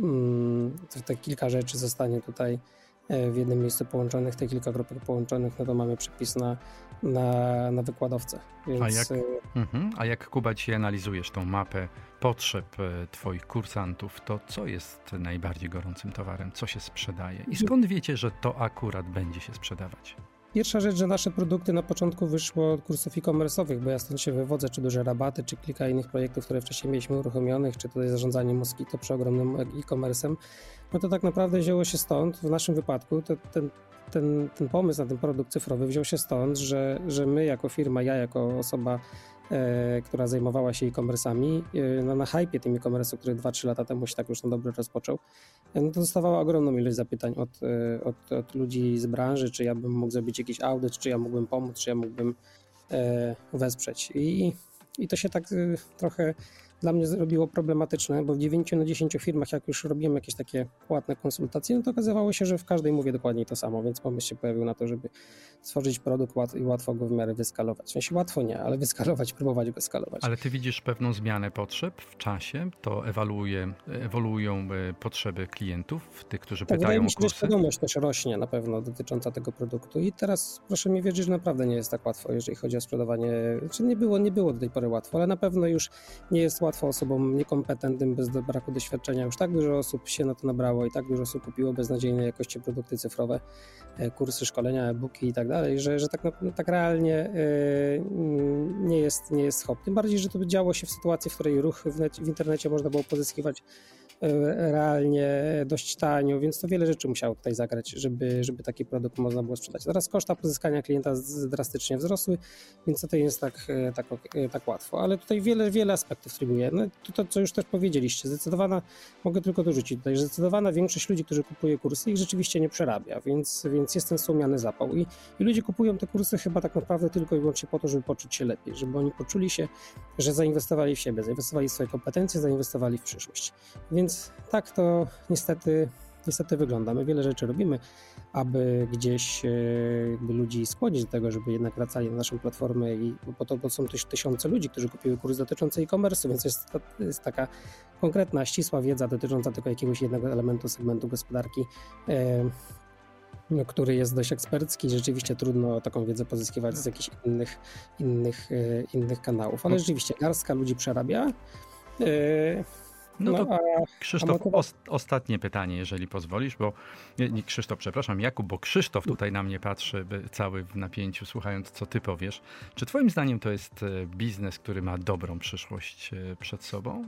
[SPEAKER 8] te kilka rzeczy zostanie tutaj w jednym miejscu połączonych, te kilka kropek połączonych, no to mamy przepis na, na, na wykładowcę. Więc...
[SPEAKER 2] A, jak, mhm. A jak, Kuba, dzisiaj analizujesz tą mapę potrzeb twoich kursantów, to co jest najbardziej gorącym towarem? Co się sprzedaje? I skąd wiecie, że to akurat będzie się sprzedawać?
[SPEAKER 8] Pierwsza rzecz, że nasze produkty na początku wyszło od kursów e-commerce'owych, bo ja stąd się wywodzę, czy duże rabaty, czy kilka innych projektów, które wcześniej mieliśmy uruchomionych, czy tutaj zarządzanie Mosquito przy ogromnym e-commerce'em, no to tak naprawdę wzięło się stąd, w naszym wypadku, to, ten, ten, ten pomysł na ten produkt cyfrowy wziął się stąd, że, że my jako firma, ja jako osoba, e, która zajmowała się e-commerce'ami, e, no na hypie tym e-commerce'u, który dwa trzy lata temu się tak już na dobre rozpoczął, no to dostawała ogromną ilość zapytań od, od, od ludzi z branży, czy ja bym mógł zrobić jakiś audyt, czy ja mógłbym pomóc, czy ja mógłbym e, wesprzeć. I, I to się tak e, trochę dla mnie zrobiło problematyczne, bo w dziewięciu na dziesięciu firmach, jak już robiłem jakieś takie płatne konsultacje, no to okazywało się, że w każdej mówię dokładnie to samo, więc pomysł się pojawił na to, żeby stworzyć produkt łat- i łatwo go w miarę wyskalować. W sensie łatwo nie, ale wyskalować, próbować go skalować.
[SPEAKER 2] Ale ty widzisz pewną zmianę potrzeb w czasie? To ewoluuje, ewoluują potrzeby klientów, tych, którzy
[SPEAKER 8] tak,
[SPEAKER 2] pytają
[SPEAKER 8] mi
[SPEAKER 2] o
[SPEAKER 8] się,
[SPEAKER 2] kursy?
[SPEAKER 8] że świadomość też rośnie na pewno dotycząca tego produktu i teraz proszę mi wierzyć, że naprawdę nie jest tak łatwo, jeżeli chodzi o sprzedawanie. Czy nie było, nie było do tej pory łatwo, ale na pewno już nie jest łatwo osobom niekompetentnym, bez braku doświadczenia. Już tak dużo osób się na to nabrało i tak dużo osób kupiło beznadziejnej jakości produkty cyfrowe, kursy, szkolenia, e-booki i tak dalej, że, że tak, no, tak realnie yy, nie jest, nie jest hop. Tym bardziej, że to działo się w sytuacji, w której ruch w, net, w internecie można było pozyskiwać realnie dość tanio, więc to wiele rzeczy musiało tutaj zagrać, żeby, żeby taki produkt można było sprzedać. Teraz koszta pozyskania klienta drastycznie wzrosły, więc to jest tak, tak, tak łatwo, ale tutaj wiele, wiele aspektów trybuje. No to, to, co już też powiedzieliście, zdecydowana, mogę tylko dorzucić tutaj, że zdecydowana większość ludzi, którzy kupuje kursy, ich rzeczywiście nie przerabia, więc, więc jest ten słomiany zapał I, i ludzie kupują te kursy chyba tak naprawdę tylko i wyłącznie po to, żeby poczuć się lepiej, żeby oni poczuli się, że zainwestowali w siebie, zainwestowali w swoje kompetencje, zainwestowali w przyszłość. Więc Więc tak to niestety, niestety wygląda. My wiele rzeczy robimy, aby gdzieś jakby ludzi skłonić do tego, żeby jednak wracali na naszą platformę i bo to bo są też tysiące ludzi, którzy kupiły kurs dotyczący e-commerce, więc jest, to jest taka konkretna, ścisła wiedza dotycząca tylko jakiegoś jednego elementu segmentu gospodarki, e, no, który jest dość ekspercki. Rzeczywiście trudno taką wiedzę pozyskiwać z jakichś innych, innych, e, innych kanałów, ale rzeczywiście garstka ludzi przerabia. E,
[SPEAKER 2] No to
[SPEAKER 8] No, a,
[SPEAKER 2] Krzysztof,
[SPEAKER 8] a
[SPEAKER 2] os- ostatnie pytanie, jeżeli pozwolisz, bo nie, nie Krzysztof, przepraszam, Jakub, bo Krzysztof tutaj na mnie patrzy by- cały w napięciu, słuchając, co ty powiesz. Czy twoim zdaniem to jest e, biznes, który ma dobrą przyszłość e, przed sobą?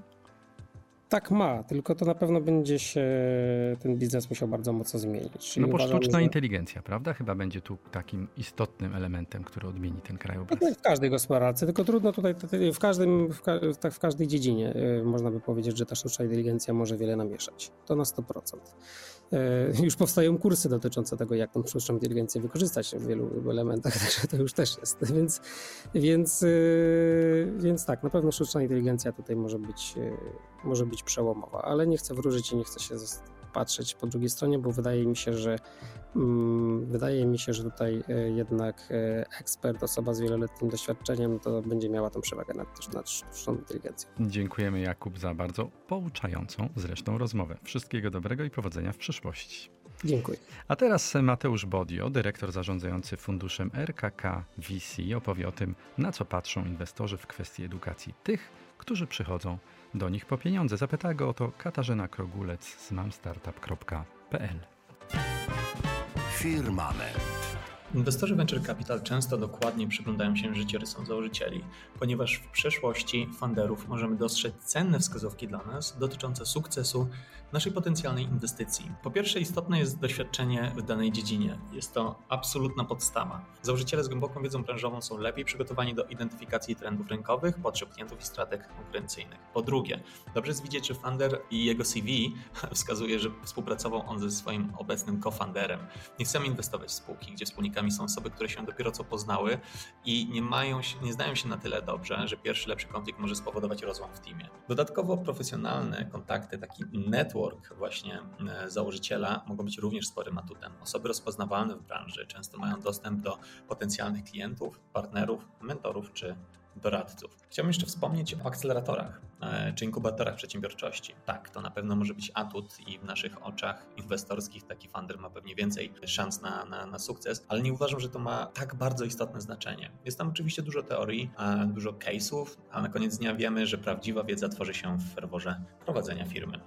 [SPEAKER 8] Tak ma, tylko to na pewno będzie się ten biznes musiał bardzo mocno zmienić. Czyli
[SPEAKER 2] No bo
[SPEAKER 8] uważam,
[SPEAKER 2] sztuczna
[SPEAKER 8] że...
[SPEAKER 2] inteligencja, prawda? Chyba będzie tu takim istotnym elementem, który odmieni ten krajobraz.
[SPEAKER 8] W każdej gospodarce, tylko trudno tutaj, w, każdym, w, ka- tak w każdej dziedzinie y, można by powiedzieć, że ta sztuczna inteligencja może wiele namieszać. To na sto procent. Y, Już powstają kursy dotyczące tego, jak tą sztuczną inteligencję wykorzystać w wielu elementach, także to już też jest. Więc, więc, y, więc tak, na pewno sztuczna inteligencja tutaj może być, y, może być przełomowa, ale nie chcę wróżyć i nie chcę się zas- patrzeć po drugiej stronie, bo wydaje mi się, że mm, wydaje mi się, że tutaj y, jednak y, ekspert, osoba z wieloletnim doświadczeniem, to będzie miała tą przewagę nad, nad sztuczną inteligencją.
[SPEAKER 2] Dziękujemy, Jakub, za bardzo pouczającą zresztą rozmowę. Wszystkiego dobrego i powodzenia w przyszłości.
[SPEAKER 8] Dziękuję.
[SPEAKER 2] A teraz Mateusz Bodio, dyrektor zarządzający funduszem R K K V C, opowie o tym, na co patrzą inwestorzy w kwestii edukacji tych, którzy przychodzą do nich po pieniądze. Zapytała go o to Katarzyna Krogulec z mam startup kropka p l.
[SPEAKER 3] Firmament. Inwestorzy venture capital często dokładnie przyglądają się życiorysom założycieli, ponieważ w przeszłości funderów możemy dostrzec cenne wskazówki dla nas dotyczące sukcesu naszej potencjalnej inwestycji. Po pierwsze, istotne jest doświadczenie w danej dziedzinie. Jest to absolutna podstawa. Założyciele z głęboką wiedzą branżową są lepiej przygotowani do identyfikacji trendów rynkowych, potrzeb klientów i strategii konkurencyjnych. Po drugie, dobrze jest widzieć, że funder i jego C V wskazuje, że współpracował on ze swoim obecnym co-funderem. Nie chcemy inwestować w spółki, gdzie wspólnikami są osoby, które się dopiero co poznały i nie mają się, nie znają się na tyle dobrze, że pierwszy lepszy konflikt może spowodować rozłam w teamie. Dodatkowo profesjonalne kontakty, taki network właśnie założyciela mogą być również sporym atutem. Osoby rozpoznawalne w branży często mają dostęp do potencjalnych klientów, partnerów, mentorów czy doradców. Chciałbym jeszcze wspomnieć o akceleratorach czy inkubatorach przedsiębiorczości. Tak, to na pewno może być atut i w naszych oczach inwestorskich taki funder ma pewnie więcej szans na, na, na sukces, ale nie uważam, że to ma tak bardzo istotne znaczenie. Jest tam oczywiście dużo teorii, dużo case'ów, a na koniec dnia wiemy, że prawdziwa wiedza tworzy się w ferworze prowadzenia firmy.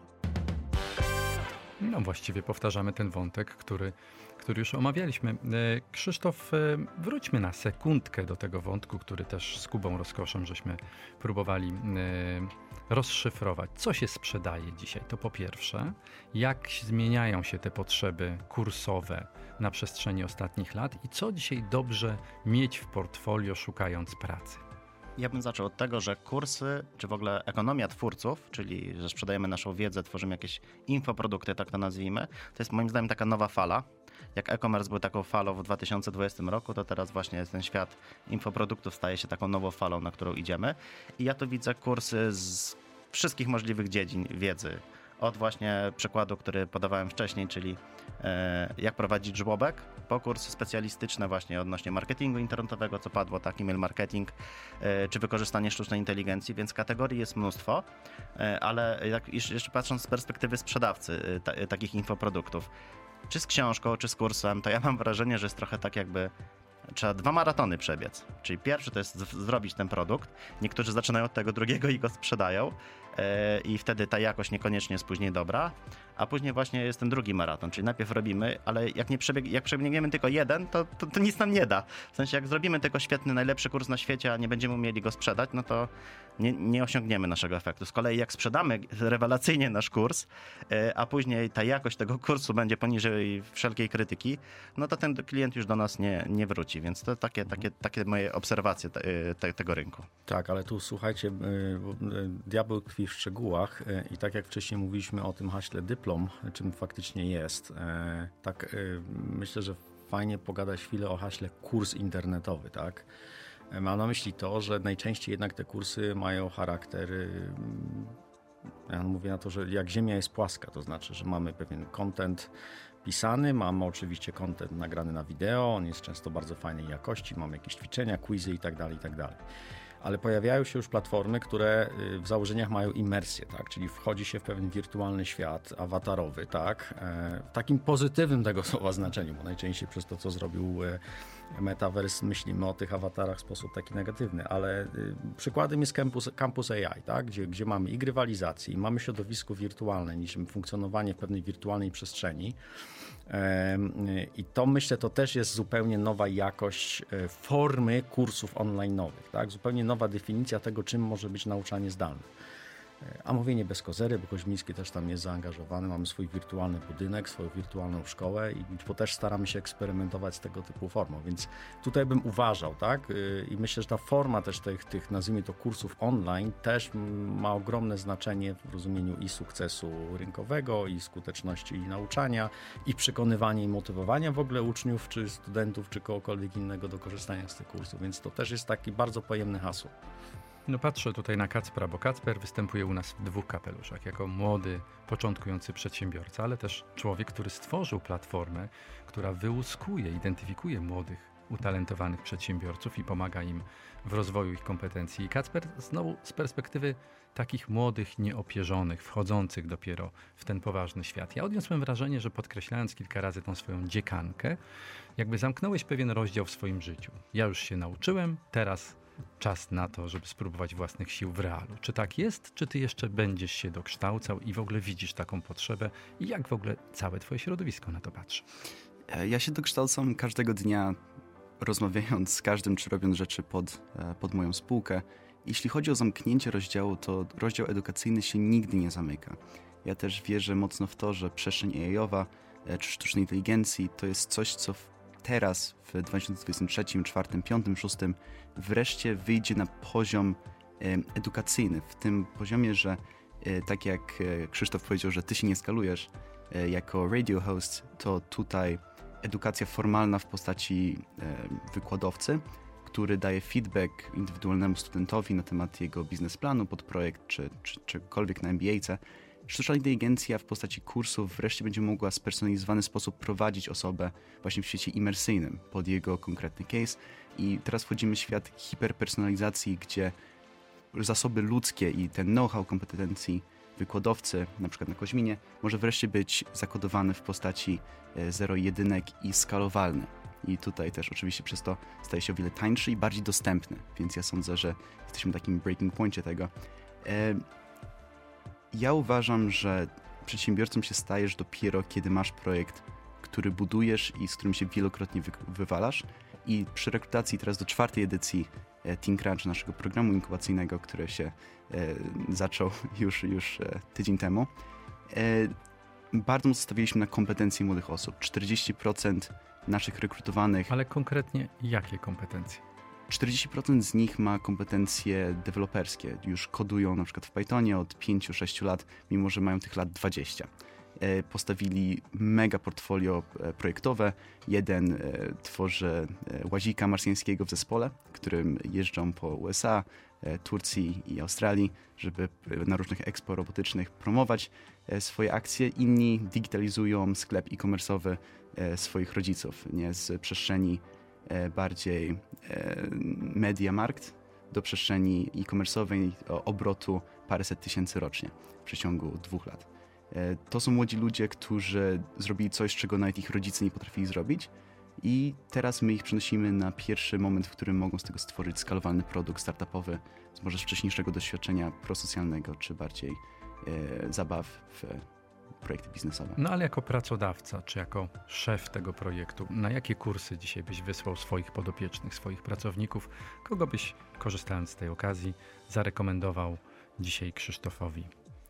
[SPEAKER 2] No właściwie powtarzamy ten wątek, który, który już omawialiśmy. Krzysztof, wróćmy na sekundkę do tego wątku, który też z Kubą Rozkoszem żeśmy próbowali rozszyfrować. Co się sprzedaje dzisiaj? To po pierwsze, jak zmieniają się te potrzeby kursowe na przestrzeni ostatnich lat i co dzisiaj dobrze mieć w portfolio, szukając pracy?
[SPEAKER 4] Ja bym zaczął od tego, że kursy, czy w ogóle ekonomia twórców, czyli że sprzedajemy naszą wiedzę, tworzymy jakieś infoprodukty, tak to nazwijmy, to jest moim zdaniem taka nowa fala. Jak e-commerce był taką falą w dwa tysiące dwudziestym roku, to teraz właśnie ten świat infoproduktów staje się taką nową falą, na którą idziemy. I ja tu widzę kursy z wszystkich możliwych dziedzin wiedzy. Od właśnie przykładu, który podawałem wcześniej, czyli e, jak prowadzić żłobek, po kursy specjalistyczne właśnie odnośnie marketingu internetowego, co padło, tak, email marketing, e, czy wykorzystanie sztucznej inteligencji, więc kategorii jest mnóstwo, e, ale jak, jeszcze patrząc z perspektywy sprzedawcy e, ta, takich infoproduktów, czy z książką, czy z kursem, to ja mam wrażenie, że jest trochę tak jakby trzeba dwa maratony przebiec. Czyli pierwszy to jest z- zrobić ten produkt. Niektórzy zaczynają od tego drugiego i go sprzedają yy, i wtedy ta jakość niekoniecznie jest później dobra, a później właśnie jest ten drugi maraton, czyli najpierw robimy, ale jak nie przebieg- jak przebiegniemy tylko jeden, to, to, to nic nam nie da. W sensie jak zrobimy tylko świetny, najlepszy kurs na świecie, a nie będziemy umieli go sprzedać, no to nie, nie osiągniemy naszego efektu. Z kolei jak sprzedamy rewelacyjnie nasz kurs, yy, a później ta jakość tego kursu będzie poniżej wszelkiej krytyki, no to ten klient już do nas nie, nie wróci. Więc to takie, takie, takie moje obserwacje te, te, tego rynku.
[SPEAKER 5] Tak, ale tu słuchajcie, diabeł tkwi w szczegółach i tak jak wcześniej mówiliśmy o tym haśle dyplom, czym faktycznie jest, tak myślę, że fajnie pogadać chwilę o haśle kurs internetowy, tak? Mam na myśli to, że najczęściej jednak te kursy mają charakter, ja mówię na to, że jak ziemia jest płaska, to znaczy, że mamy pewien content pisany, mamy oczywiście content nagrany na wideo, on jest często bardzo fajnej jakości, mamy jakieś ćwiczenia, quizy i tak dalej, i tak dalej. Ale pojawiają się już platformy, które w założeniach mają imersję, tak? Czyli wchodzi się w pewien wirtualny świat awatarowy, tak? W takim pozytywnym tego słowa znaczeniu, bo najczęściej przez to, co zrobił Metaverse, myślimy o tych awatarach w sposób taki negatywny, ale przykładem jest Campus, Campus A I, tak? Gdzie, gdzie mamy i grywalizację, i mamy środowisko wirtualne, niż funkcjonowanie w pewnej wirtualnej przestrzeni. I to myślę, to też jest zupełnie nowa jakość formy kursów online'owych, tak? Zupełnie nowa definicja tego, czym może być nauczanie zdalne. A mówienie bez kozery, bo Koźmiński też tam jest zaangażowany, mamy swój wirtualny budynek, swoją wirtualną szkołę i bo też staramy się eksperymentować z tego typu formą, więc tutaj bym uważał, tak? I myślę, że ta forma też tych, tych nazwijmy to kursów online też ma ogromne znaczenie w rozumieniu i sukcesu rynkowego, i skuteczności i nauczania, i przekonywania i motywowania w ogóle uczniów, czy studentów, czy kogokolwiek innego do korzystania z tych kursów, więc to też jest taki bardzo pojemne hasło.
[SPEAKER 2] No patrzę tutaj na Kacpra, bo Kacper występuje u nas w dwóch kapeluszach, jako młody, początkujący przedsiębiorca, ale też człowiek, który stworzył platformę, która wyłuskuje, identyfikuje młodych, utalentowanych przedsiębiorców i pomaga im w rozwoju ich kompetencji. I Kacper znowu z perspektywy takich młodych, nieopierzonych, wchodzących dopiero w ten poważny świat. Ja odniosłem wrażenie, że podkreślając kilka razy tą swoją dziekankę, jakby zamknąłeś pewien rozdział w swoim życiu. Ja już się nauczyłem, teraz czas na to, żeby spróbować własnych sił w realu. Czy tak jest, czy ty jeszcze będziesz się dokształcał i w ogóle widzisz taką potrzebę i jak w ogóle całe twoje środowisko na to patrzy?
[SPEAKER 6] Ja się dokształcam każdego dnia rozmawiając z każdym, czy robiąc rzeczy pod, pod moją spółkę, jeśli chodzi o zamknięcie rozdziału, to rozdział edukacyjny się nigdy nie zamyka. Ja też wierzę mocno w to, że przestrzeń A I-owa czy sztucznej inteligencji to jest coś, co teraz w dwa tysiące dwudziestym trzecim, czwartym, piątym, szóstym wreszcie wyjdzie na poziom edukacyjny. W tym poziomie, że tak jak Krzysztof powiedział, że ty się nie skalujesz jako radio host, to tutaj edukacja formalna w postaci wykładowcy, który daje feedback indywidualnemu studentowi na temat jego biznesplanu pod projekt, czy, czy czegokolwiek na M B A-ce. Sztuczna inteligencja w postaci kursów wreszcie będzie mogła w spersonalizowany sposób prowadzić osobę właśnie w świecie imersyjnym pod jego konkretny case. I teraz wchodzimy w świat hiperpersonalizacji, gdzie zasoby ludzkie i ten know-how kompetencji wykładowcy, na przykład na Koźminie, może wreszcie być zakodowany w postaci zero jedynek i skalowalny. I tutaj też oczywiście przez to staje się o wiele tańszy i bardziej dostępny, więc ja sądzę, że jesteśmy w takim breaking poincie tego. Ja uważam, że przedsiębiorcą się stajesz dopiero, kiedy masz projekt, który budujesz i z którym się wielokrotnie wy- wywalasz. I przy rekrutacji teraz do czwartej edycji Team Crunch, naszego programu inkubacyjnego, który się e, zaczął już, już e, tydzień temu, e, bardzo mocno stawiliśmy na kompetencje młodych osób. czterdzieści procent naszych rekrutowanych...
[SPEAKER 2] Ale konkretnie jakie kompetencje?
[SPEAKER 6] czterdzieści procent z nich ma kompetencje deweloperskie. Już kodują na przykład w Pythonie od pięciu sześciu lat, mimo że mają tych lat dwadzieścia. Postawili mega portfolio projektowe. Jeden tworzy łazika marsjańskiego w zespole, którym jeżdżą po U S A, Turcji i Australii, żeby na różnych expo robotycznych promować swoje akcje. Inni digitalizują sklep e-commerce'owy swoich rodziców, nie z przestrzeni bardziej MediaMarkt do przestrzeni e-commerce'owej o obrotu paręset tysięcy rocznie w przeciągu dwóch lat. To są młodzi ludzie, którzy zrobili coś, czego nawet ich rodzice nie potrafili zrobić i teraz my ich przenosimy na pierwszy moment, w którym mogą z tego stworzyć skalowalny produkt startupowy z może z wcześniejszego doświadczenia prosocjalnego czy bardziej e, zabaw w projekty biznesowe.
[SPEAKER 2] No ale jako pracodawca, czy jako szef tego projektu, na jakie kursy dzisiaj byś wysłał swoich podopiecznych, swoich pracowników? Kogo byś, korzystając z tej okazji, zarekomendował dzisiaj Krzysztofowi?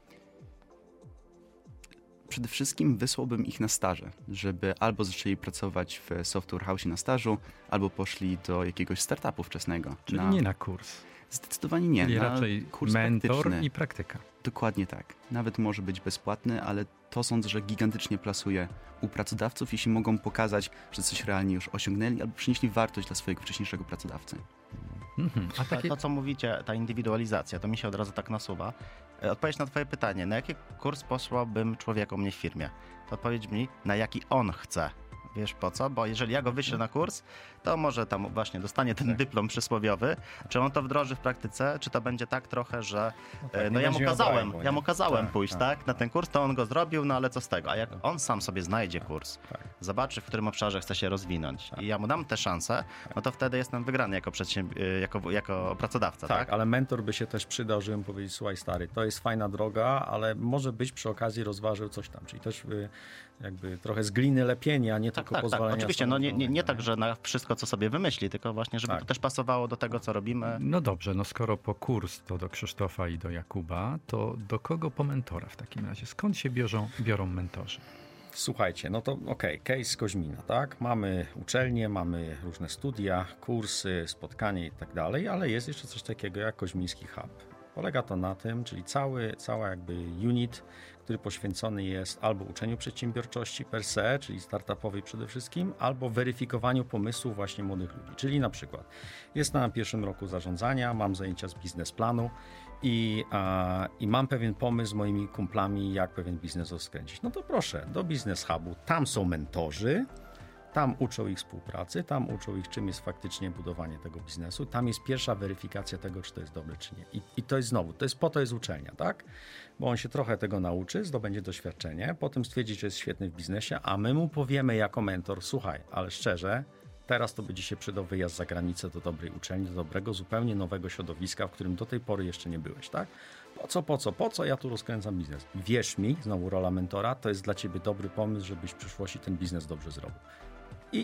[SPEAKER 6] Przede wszystkim wysłałbym ich na staże, żeby albo zaczęli pracować w software house na stażu, albo poszli do jakiegoś startupu wczesnego.
[SPEAKER 2] Czyli
[SPEAKER 6] na...
[SPEAKER 2] nie na kurs.
[SPEAKER 6] Zdecydowanie nie.
[SPEAKER 2] Czyli
[SPEAKER 6] na
[SPEAKER 2] raczej
[SPEAKER 6] kurs
[SPEAKER 2] mentor
[SPEAKER 6] praktyczny.
[SPEAKER 2] I praktyka.
[SPEAKER 6] Dokładnie tak. Nawet może być bezpłatny, ale to sądzę, że gigantycznie plasuje u pracodawców, jeśli mogą pokazać, że coś realnie już osiągnęli albo przynieśli wartość dla swojego wcześniejszego pracodawcy.
[SPEAKER 2] Mhm. A takie...
[SPEAKER 4] To, co mówicie, ta indywidualizacja, to mi się od razu tak nasuwa. Odpowiedź na twoje pytanie, na jaki kurs posłałbym człowieka u mnie w firmie? To odpowiedź mi, na jaki on chce. Wiesz po co? Bo jeżeli ja go wyślę na kurs, to może tam właśnie dostanie ten tak. dyplom przysłowiowy. Czy on to wdroży w praktyce, czy to będzie tak trochę, że no, tak, no ja, mu kazałem, obrębu, ja mu kazałem tak, pójść tak, tak, na ten kurs, to on go zrobił, no ale co z tego? A jak on sam sobie znajdzie kurs, tak. zobaczy, w którym obszarze chce się rozwinąć tak. i ja mu dam tę szansę, no to wtedy jestem wygrany jako, przedsięb- jako, jako pracodawca.
[SPEAKER 5] Tak,
[SPEAKER 4] tak,
[SPEAKER 5] ale mentor by się też przydał, żeby mu powiedzieć, słuchaj stary, to jest fajna droga, ale może byś przy okazji rozważył coś tam, czyli też jakby trochę z gliny lepienie, a nie
[SPEAKER 4] tak,
[SPEAKER 5] tylko
[SPEAKER 4] tak,
[SPEAKER 5] pozwolenia.
[SPEAKER 4] Tak, oczywiście, no nie, nie, nie tak, że na wszystko, co sobie wymyśli, tylko właśnie, żeby
[SPEAKER 5] tak.
[SPEAKER 4] to też pasowało do tego, co robimy.
[SPEAKER 2] No dobrze, no skoro po kurs to do Krzysztofa i do Jakuba, to do kogo po mentora w takim razie? Skąd się biorą, biorą mentorzy?
[SPEAKER 5] Słuchajcie, no to okej, okay, case Koźmina, tak? Mamy uczelnie, mamy różne studia, kursy, spotkanie i tak dalej, ale jest jeszcze coś takiego jak Koźmiński Hub. Polega to na tym, czyli cały, cała jakby unit, który poświęcony jest albo uczeniu przedsiębiorczości per se, czyli startupowej przede wszystkim, albo weryfikowaniu pomysłów właśnie młodych ludzi. Czyli na przykład jestem na pierwszym roku zarządzania, mam zajęcia z biznesplanu i, a, i mam pewien pomysł z moimi kumplami, jak pewien biznes rozkręcić. No to proszę, do Business Hubu, tam są mentorzy, tam uczą ich współpracy, tam uczą ich, czym jest faktycznie budowanie tego biznesu. Tam jest pierwsza weryfikacja tego, czy to jest dobre, czy nie. I, i to jest znowu, to jest po to jest uczelnia, tak? Bo on się trochę tego nauczy, zdobędzie doświadczenie, potem stwierdzi, że jest świetny w biznesie, a my mu powiemy jako mentor, słuchaj, ale szczerze, teraz to będzie się przydał wyjazd za granicę do dobrej uczelni, do dobrego, zupełnie nowego środowiska, w którym do tej pory jeszcze nie byłeś, tak? Po co, po co, po co ja tu rozkręcam biznes? Wierz mi, znowu rola mentora, to jest dla ciebie dobry pomysł, żebyś w przyszłości ten biznes dobrze zrobił. I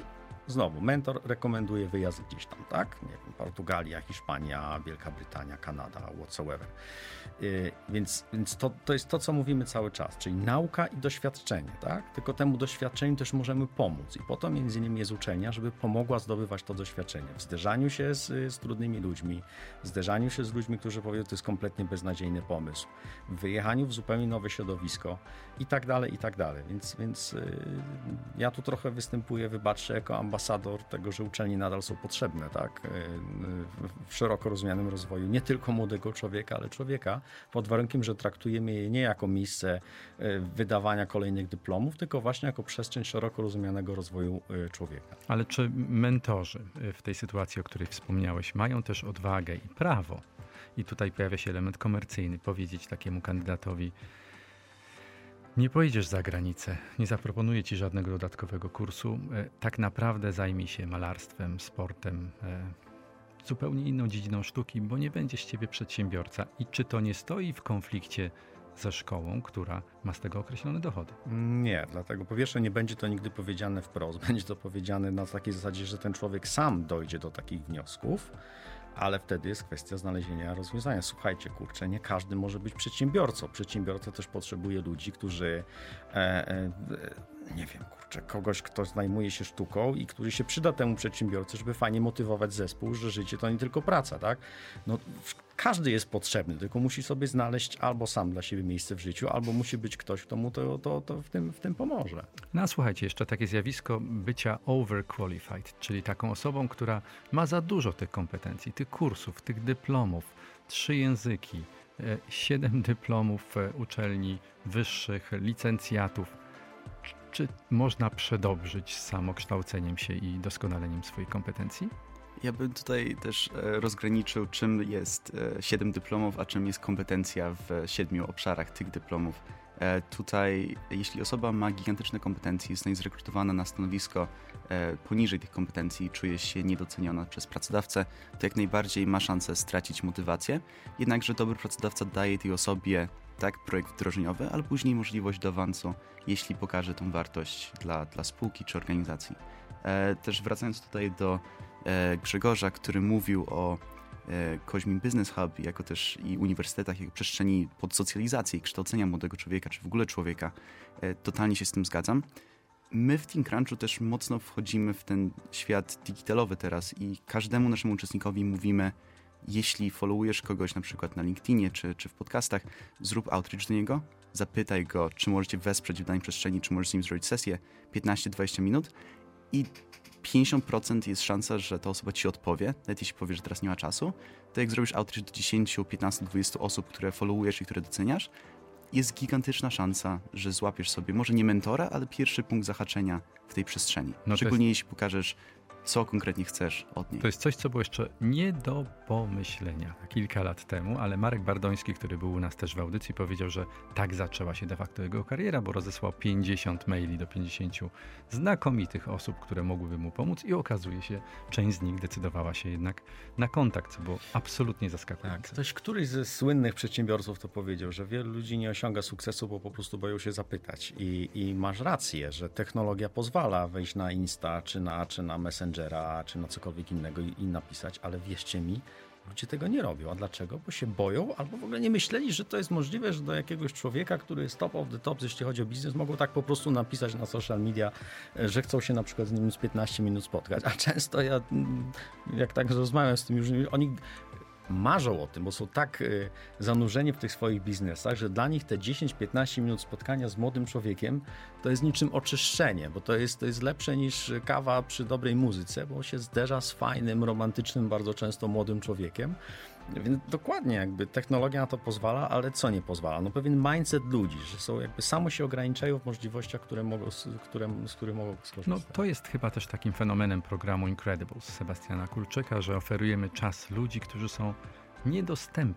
[SPEAKER 5] Znowu, mentor rekomenduje wyjazd gdzieś tam, tak? Nie wiem, Portugalia, Hiszpania, Wielka Brytania, Kanada, whatsoever. Yy, więc więc to, to jest to, co mówimy cały czas, czyli nauka i doświadczenie, tak? Tylko temu doświadczeniu też możemy pomóc i po to między innymi jest uczelnia, żeby pomogła zdobywać to doświadczenie w zderzaniu się z, z trudnymi ludźmi, w zderzaniu się z ludźmi, którzy powiedzą, to jest kompletnie beznadziejny pomysł, w wyjechaniu w zupełnie nowe środowisko i tak dalej, i tak dalej. Więc, więc yy, ja tu trochę występuję, wybaczcie, jako ambasador tego, że uczelnie nadal są potrzebne, tak? Yy, w szeroko rozumianym rozwoju nie tylko młodego człowieka, ale człowieka, pod warunkiem, że traktujemy je nie jako miejsce yy, wydawania kolejnych dyplomów, tylko właśnie jako przestrzeń szeroko rozumianego rozwoju yy, człowieka.
[SPEAKER 2] Ale czy mentorzy w tej sytuacji, o której wspomniałeś, mają też odwagę i prawo, i tutaj pojawia się element komercyjny, powiedzieć takiemu kandydatowi: nie pojedziesz za granicę, nie zaproponuję ci żadnego dodatkowego kursu, tak naprawdę zajmij się malarstwem, sportem, zupełnie inną dziedziną sztuki, bo nie będzie z ciebie przedsiębiorca. I czy to nie stoi w konflikcie ze szkołą, która ma z tego określone dochody?
[SPEAKER 5] Nie, dlatego po pierwsze nie będzie to nigdy powiedziane wprost, będzie to powiedziane na takiej zasadzie, że ten człowiek sam dojdzie do takich wniosków, ale wtedy jest kwestia znalezienia rozwiązania. Słuchajcie, kurczę, nie każdy może być przedsiębiorcą. Przedsiębiorca też potrzebuje ludzi, którzy, e, e, nie wiem, kurczę, kogoś, kto zajmuje się sztuką i który się przyda temu przedsiębiorcy, żeby fajnie motywować zespół, że życie to nie tylko praca, tak? No, każdy jest potrzebny, tylko musi sobie znaleźć albo sam dla siebie miejsce w życiu, albo musi być ktoś, kto mu to, to, to w, tym, w tym pomoże.
[SPEAKER 2] No a słuchajcie, jeszcze takie zjawisko bycia overqualified, czyli taką osobą, która ma za dużo tych kompetencji, tych kursów, tych dyplomów, trzy języki, siedem dyplomów uczelni wyższych, licencjatów. Czy można przedobrzyć samokształceniem się i doskonaleniem swoich kompetencji?
[SPEAKER 6] Ja bym tutaj też rozgraniczył, czym jest siedem dyplomów, a czym jest kompetencja w siedmiu obszarach tych dyplomów. Tutaj, jeśli osoba ma gigantyczne kompetencje, jest zrekrutowana na stanowisko poniżej tych kompetencji i czuje się niedoceniona przez pracodawcę, to jak najbardziej ma szansę stracić motywację. Jednakże dobry pracodawca daje tej osobie tak projekt wdrożeniowy, ale później możliwość do awansu, jeśli pokaże tą wartość dla, dla spółki czy organizacji. Też wracając tutaj do Grzegorza, który mówił o Koźmin Business Hub, jako też i uniwersytetach, jako przestrzeni pod socjalizację i kształcenia młodego człowieka, czy w ogóle człowieka, totalnie się z tym zgadzam. My w ThinkCrunchu też mocno wchodzimy w ten świat digitalowy teraz i każdemu naszemu uczestnikowi mówimy: jeśli followujesz kogoś na przykład na LinkedInie czy, czy w podcastach, zrób outreach do niego, zapytaj go, czy możecie wesprzeć w danej przestrzeni, czy możesz z nim zrobić sesję piętnaście dwadzieścia minut i pięćdziesiąt procent jest szansa, że ta osoba ci odpowie, nawet jeśli powie, że teraz nie ma czasu. To jak zrobisz outreach do dziesięć, piętnaście, dwadzieścia osób, które followujesz i które doceniasz, jest gigantyczna szansa, że złapiesz sobie może nie mentora, ale pierwszy punkt zahaczenia w tej przestrzeni. No szczególnie jest... jeśli pokażesz, co konkretnie chcesz od niej.
[SPEAKER 2] To jest coś, co było jeszcze nie do pomyślenia kilka lat temu, ale Marek Bardoński, który był u nas też w audycji, powiedział, że tak zaczęła się de facto jego kariera, bo rozesłał pięćdziesiąt maili do pięćdziesięciu znakomitych osób, które mogłyby mu pomóc i okazuje się, część z nich decydowała się jednak na kontakt, co było absolutnie zaskakujące.
[SPEAKER 5] Tak, ktoś, któryś ze słynnych przedsiębiorców to powiedział, że wielu ludzi nie osiąga sukcesu, bo po prostu boją się zapytać. I, i masz rację, że technologia pozwala wejść na Insta, czy na, czy na Messenger, czy na cokolwiek innego i, i napisać, ale wierzcie mi, ludzie tego nie robią. A dlaczego? Bo się boją albo w ogóle nie myśleli, że to jest możliwe, że do jakiegoś człowieka, który jest top of the top, jeśli chodzi o biznes, mogą tak po prostu napisać na social media, że chcą się na przykład z nim z piętnaście minut spotkać. A często ja, jak tak rozmawiam z tymi różnymi, oni marzą o tym, bo są tak y, zanurzeni w tych swoich biznesach, że dla nich te dziesięć piętnaście minut spotkania z młodym człowiekiem to jest niczym oczyszczenie, bo to jest, to jest lepsze niż kawa przy dobrej muzyce, bo się zderza z fajnym, romantycznym, bardzo często młodym człowiekiem. Więc dokładnie jakby technologia na to pozwala, ale co nie pozwala? No pewien mindset ludzi, że są jakby samo się ograniczają w możliwościach, które mogą, które, z których mogą skorzystać.
[SPEAKER 2] No to jest chyba też takim fenomenem programu Incredibles Sebastiana Kulczyka, że oferujemy czas ludzi, którzy są niedostępni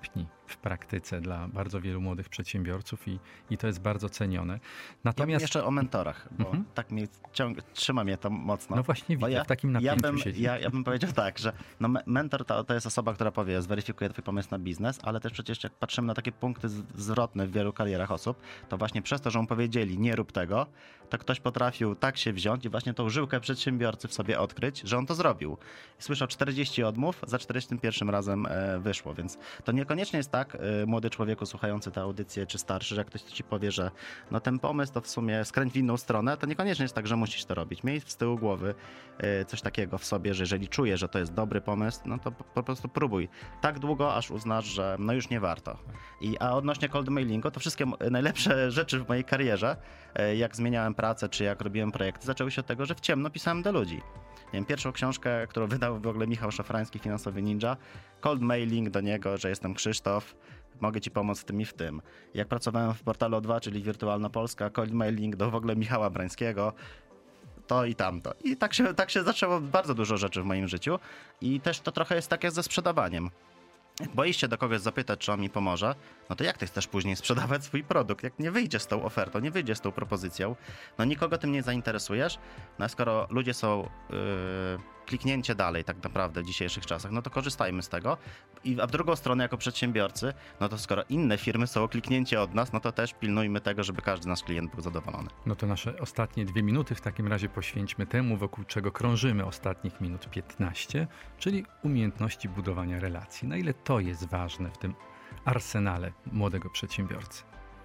[SPEAKER 2] w praktyce dla bardzo wielu młodych przedsiębiorców i, i to jest bardzo cenione.
[SPEAKER 4] Natomiast... Ja bym jeszcze o mentorach, bo
[SPEAKER 2] mhm.
[SPEAKER 4] tak mnie ciąg... trzyma mnie to mocno.
[SPEAKER 2] No właśnie widzę,
[SPEAKER 4] ja,
[SPEAKER 2] w takim napięciu
[SPEAKER 4] ja bym,
[SPEAKER 2] siedzi.
[SPEAKER 4] ja, ja bym powiedział tak, że no mentor to, to jest osoba, która powie, zweryfikuje twój pomysł na biznes, ale też przecież jak patrzymy na takie punkty zwrotne w wielu karierach osób, to właśnie przez to, że mu powiedzieli nie rób tego, to ktoś potrafił tak się wziąć i właśnie tą żyłkę przedsiębiorcy w sobie odkryć, że on to zrobił. I słyszał czterdzieści odmów, za czterdziestym pierwszym razem e, wyszło, więc to niekoniecznie jest tak, e, młody człowieku słuchający tę audycję, czy starszy, że jak ktoś ci powie, że no ten pomysł to w sumie skręć w inną stronę, to niekoniecznie jest tak, że musisz to robić. Miej z tyłu głowy e, coś takiego w sobie, że jeżeli czujesz, że to jest dobry pomysł, no to po, po prostu próbuj. Tak długo, aż uznasz, że no już nie warto. I, a odnośnie cold mailingu, to wszystkie najlepsze rzeczy w mojej karierze, e, jak zmieniałem pracę, czy jak robiłem projekty, zaczęły się od tego, że w ciemno pisałem do ludzi. Nie wiem, pierwszą książkę, którą wydał w ogóle Michał Szafrański, Finansowy Ninja, cold mailing do niego, że jestem Krzysztof, mogę ci pomóc w tym i w tym. Jak pracowałem w Portalu O dwa, czyli Wirtualna Polska, cold mailing do w ogóle Michała Brańskiego, to i tamto. I tak się, tak się zaczęło bardzo dużo rzeczy w moim życiu i też to trochę jest tak jak ze sprzedawaniem. Jak boisz się do kogoś zapytać, czy on mi pomoże, no to jak ty chcesz później sprzedawać swój produkt? Jak nie wyjdziesz z tą ofertą, nie wyjdziesz z tą propozycją, no nikogo tym nie zainteresujesz, no a skoro ludzie są yy, kliknięcie dalej tak naprawdę w dzisiejszych czasach, no to korzystajmy z tego. I, a w drugą stronę jako przedsiębiorcy, no to skoro inne firmy są o kliknięcie od nas, no to też pilnujmy tego, żeby każdy nasz klient był zadowolony.
[SPEAKER 2] No to nasze ostatnie dwie minuty w takim razie poświęćmy temu, wokół czego krążymy ostatnich minut piętnaście, czyli umiejętności budowania relacji. Na ile to jest ważne w tym arsenale młodego przedsiębiorcy?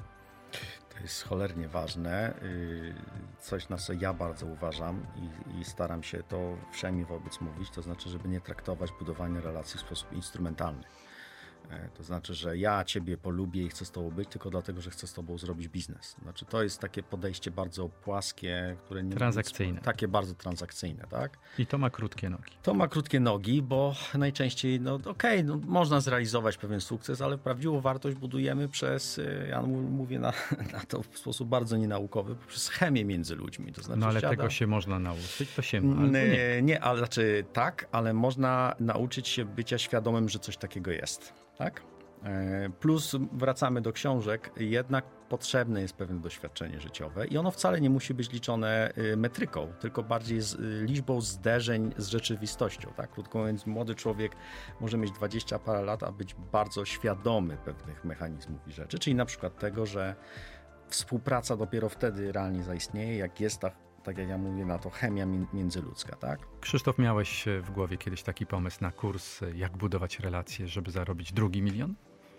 [SPEAKER 5] To jest cholernie ważne. Coś, na co ja bardzo uważam i, i staram się to wszędzie wobec mówić, to znaczy, żeby nie traktować budowania relacji w sposób instrumentalny. To znaczy, że ja ciebie polubię i chcę z tobą być tylko dlatego, że chcę z tobą zrobić biznes. Znaczy, to jest takie podejście bardzo płaskie, które nie
[SPEAKER 2] transakcyjne.
[SPEAKER 5] Jest, takie bardzo transakcyjne, tak?
[SPEAKER 2] I to ma krótkie nogi.
[SPEAKER 5] To ma krótkie nogi, bo najczęściej, no okej, okay, no, można zrealizować pewien sukces, ale prawdziwą wartość budujemy przez, ja mówię na, na to w sposób bardzo nienaukowy, przez chemię między ludźmi. To znaczy,
[SPEAKER 2] no ale
[SPEAKER 5] siada...
[SPEAKER 2] tego się można nauczyć, to się ma, albo
[SPEAKER 5] nie.
[SPEAKER 2] nie.
[SPEAKER 5] Nie, ale znaczy tak, ale można nauczyć się bycia świadomym, że coś takiego jest. Tak? Plus wracamy do książek, jednak potrzebne jest pewne doświadczenie życiowe i ono wcale nie musi być liczone metryką, tylko bardziej z liczbą zderzeń z rzeczywistością. Tak? Krótko mówiąc, młody człowiek może mieć dwadzieścia parę lat, a być bardzo świadomy pewnych mechanizmów i rzeczy, czyli na przykład tego, że współpraca dopiero wtedy realnie zaistnieje, jak jest ta, tak jak ja mówię, na to chemia międzyludzka, tak?
[SPEAKER 2] Krzysztof, miałeś w głowie kiedyś taki pomysł na kurs, jak budować relacje, żeby zarobić drugi milion?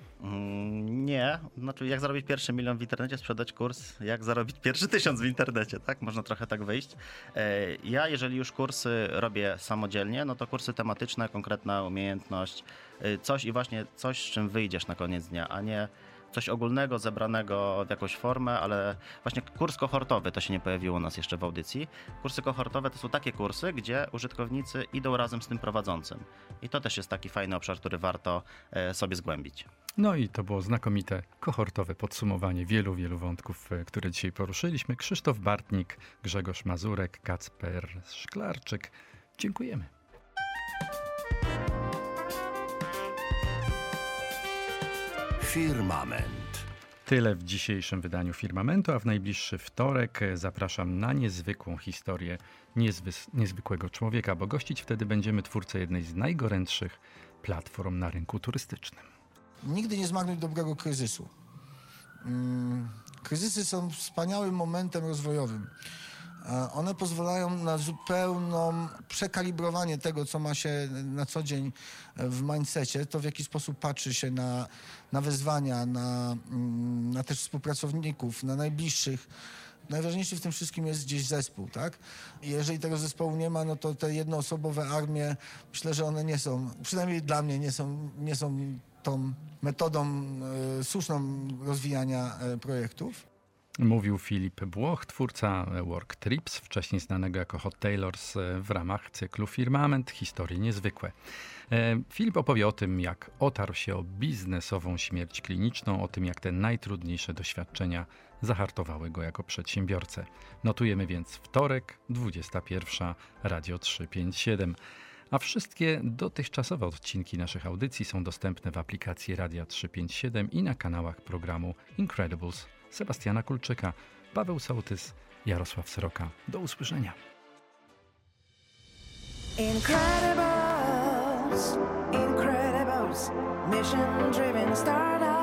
[SPEAKER 4] Mm, nie. Znaczy, jak zarobić pierwszy milion w internecie, sprzedać kurs, jak zarobić pierwszy tysiąc w internecie, tak? Można trochę tak wyjść. Ja, jeżeli już kursy robię samodzielnie, no to kursy tematyczne, konkretna umiejętność, coś i właśnie coś, z czym wyjdziesz na koniec dnia, a nie coś ogólnego, zebranego w jakąś formę, ale właśnie kurs kohortowy to się nie pojawiło u nas jeszcze w audycji. Kursy kohortowe to są takie kursy, gdzie użytkownicy idą razem z tym prowadzącym. I to też jest taki fajny obszar, który warto sobie zgłębić.
[SPEAKER 2] No i to było znakomite kohortowe podsumowanie wielu, wielu wątków, które dzisiaj poruszyliśmy. Krzysztof Bartnik, Grzegorz Mazurek, Kacper Szklarczyk. Dziękujemy.
[SPEAKER 9] Firmament.
[SPEAKER 2] Tyle w dzisiejszym wydaniu Firmamentu, a w najbliższy wtorek zapraszam na niezwykłą historię niezwy- niezwykłego człowieka, bo gościć wtedy będziemy twórcę jednej z najgorętszych platform na rynku turystycznym.
[SPEAKER 10] Nigdy nie zmarnuj dobrego kryzysu. Hmm, kryzysy są wspaniałym momentem rozwojowym. One pozwalają na zupełne przekalibrowanie tego, co ma się na co dzień w mindsetie, to w jaki sposób patrzy się na, na wyzwania, na, na też współpracowników, na najbliższych. Najważniejszy w tym wszystkim jest gdzieś zespół, tak? I jeżeli tego zespołu nie ma, no to te jednoosobowe armie, myślę, że one nie są, przynajmniej dla mnie, nie są, nie są tą metodą e, słuszną rozwijania e, projektów.
[SPEAKER 2] Mówił Filip Błoch, twórca Work Trips, wcześniej znanego jako Hot Tailors w ramach cyklu Firmament, historie niezwykłe. Filip opowie o tym, jak otarł się o biznesową śmierć kliniczną, o tym, jak te najtrudniejsze doświadczenia zahartowały go jako przedsiębiorcę. Notujemy więc wtorek, dwudziesta pierwsza, Radio trzysta pięćdziesiąt siedem. A wszystkie dotychczasowe odcinki naszych audycji są dostępne w aplikacji Radia trzysta pięćdziesiąt siedem i na kanałach programu Incredibles Sebastiana Kulczyka, Paweł Sołtys, Jarosław Sroka. Do usłyszenia.
[SPEAKER 1] Incredibles, Incredibles, mission-driven startup.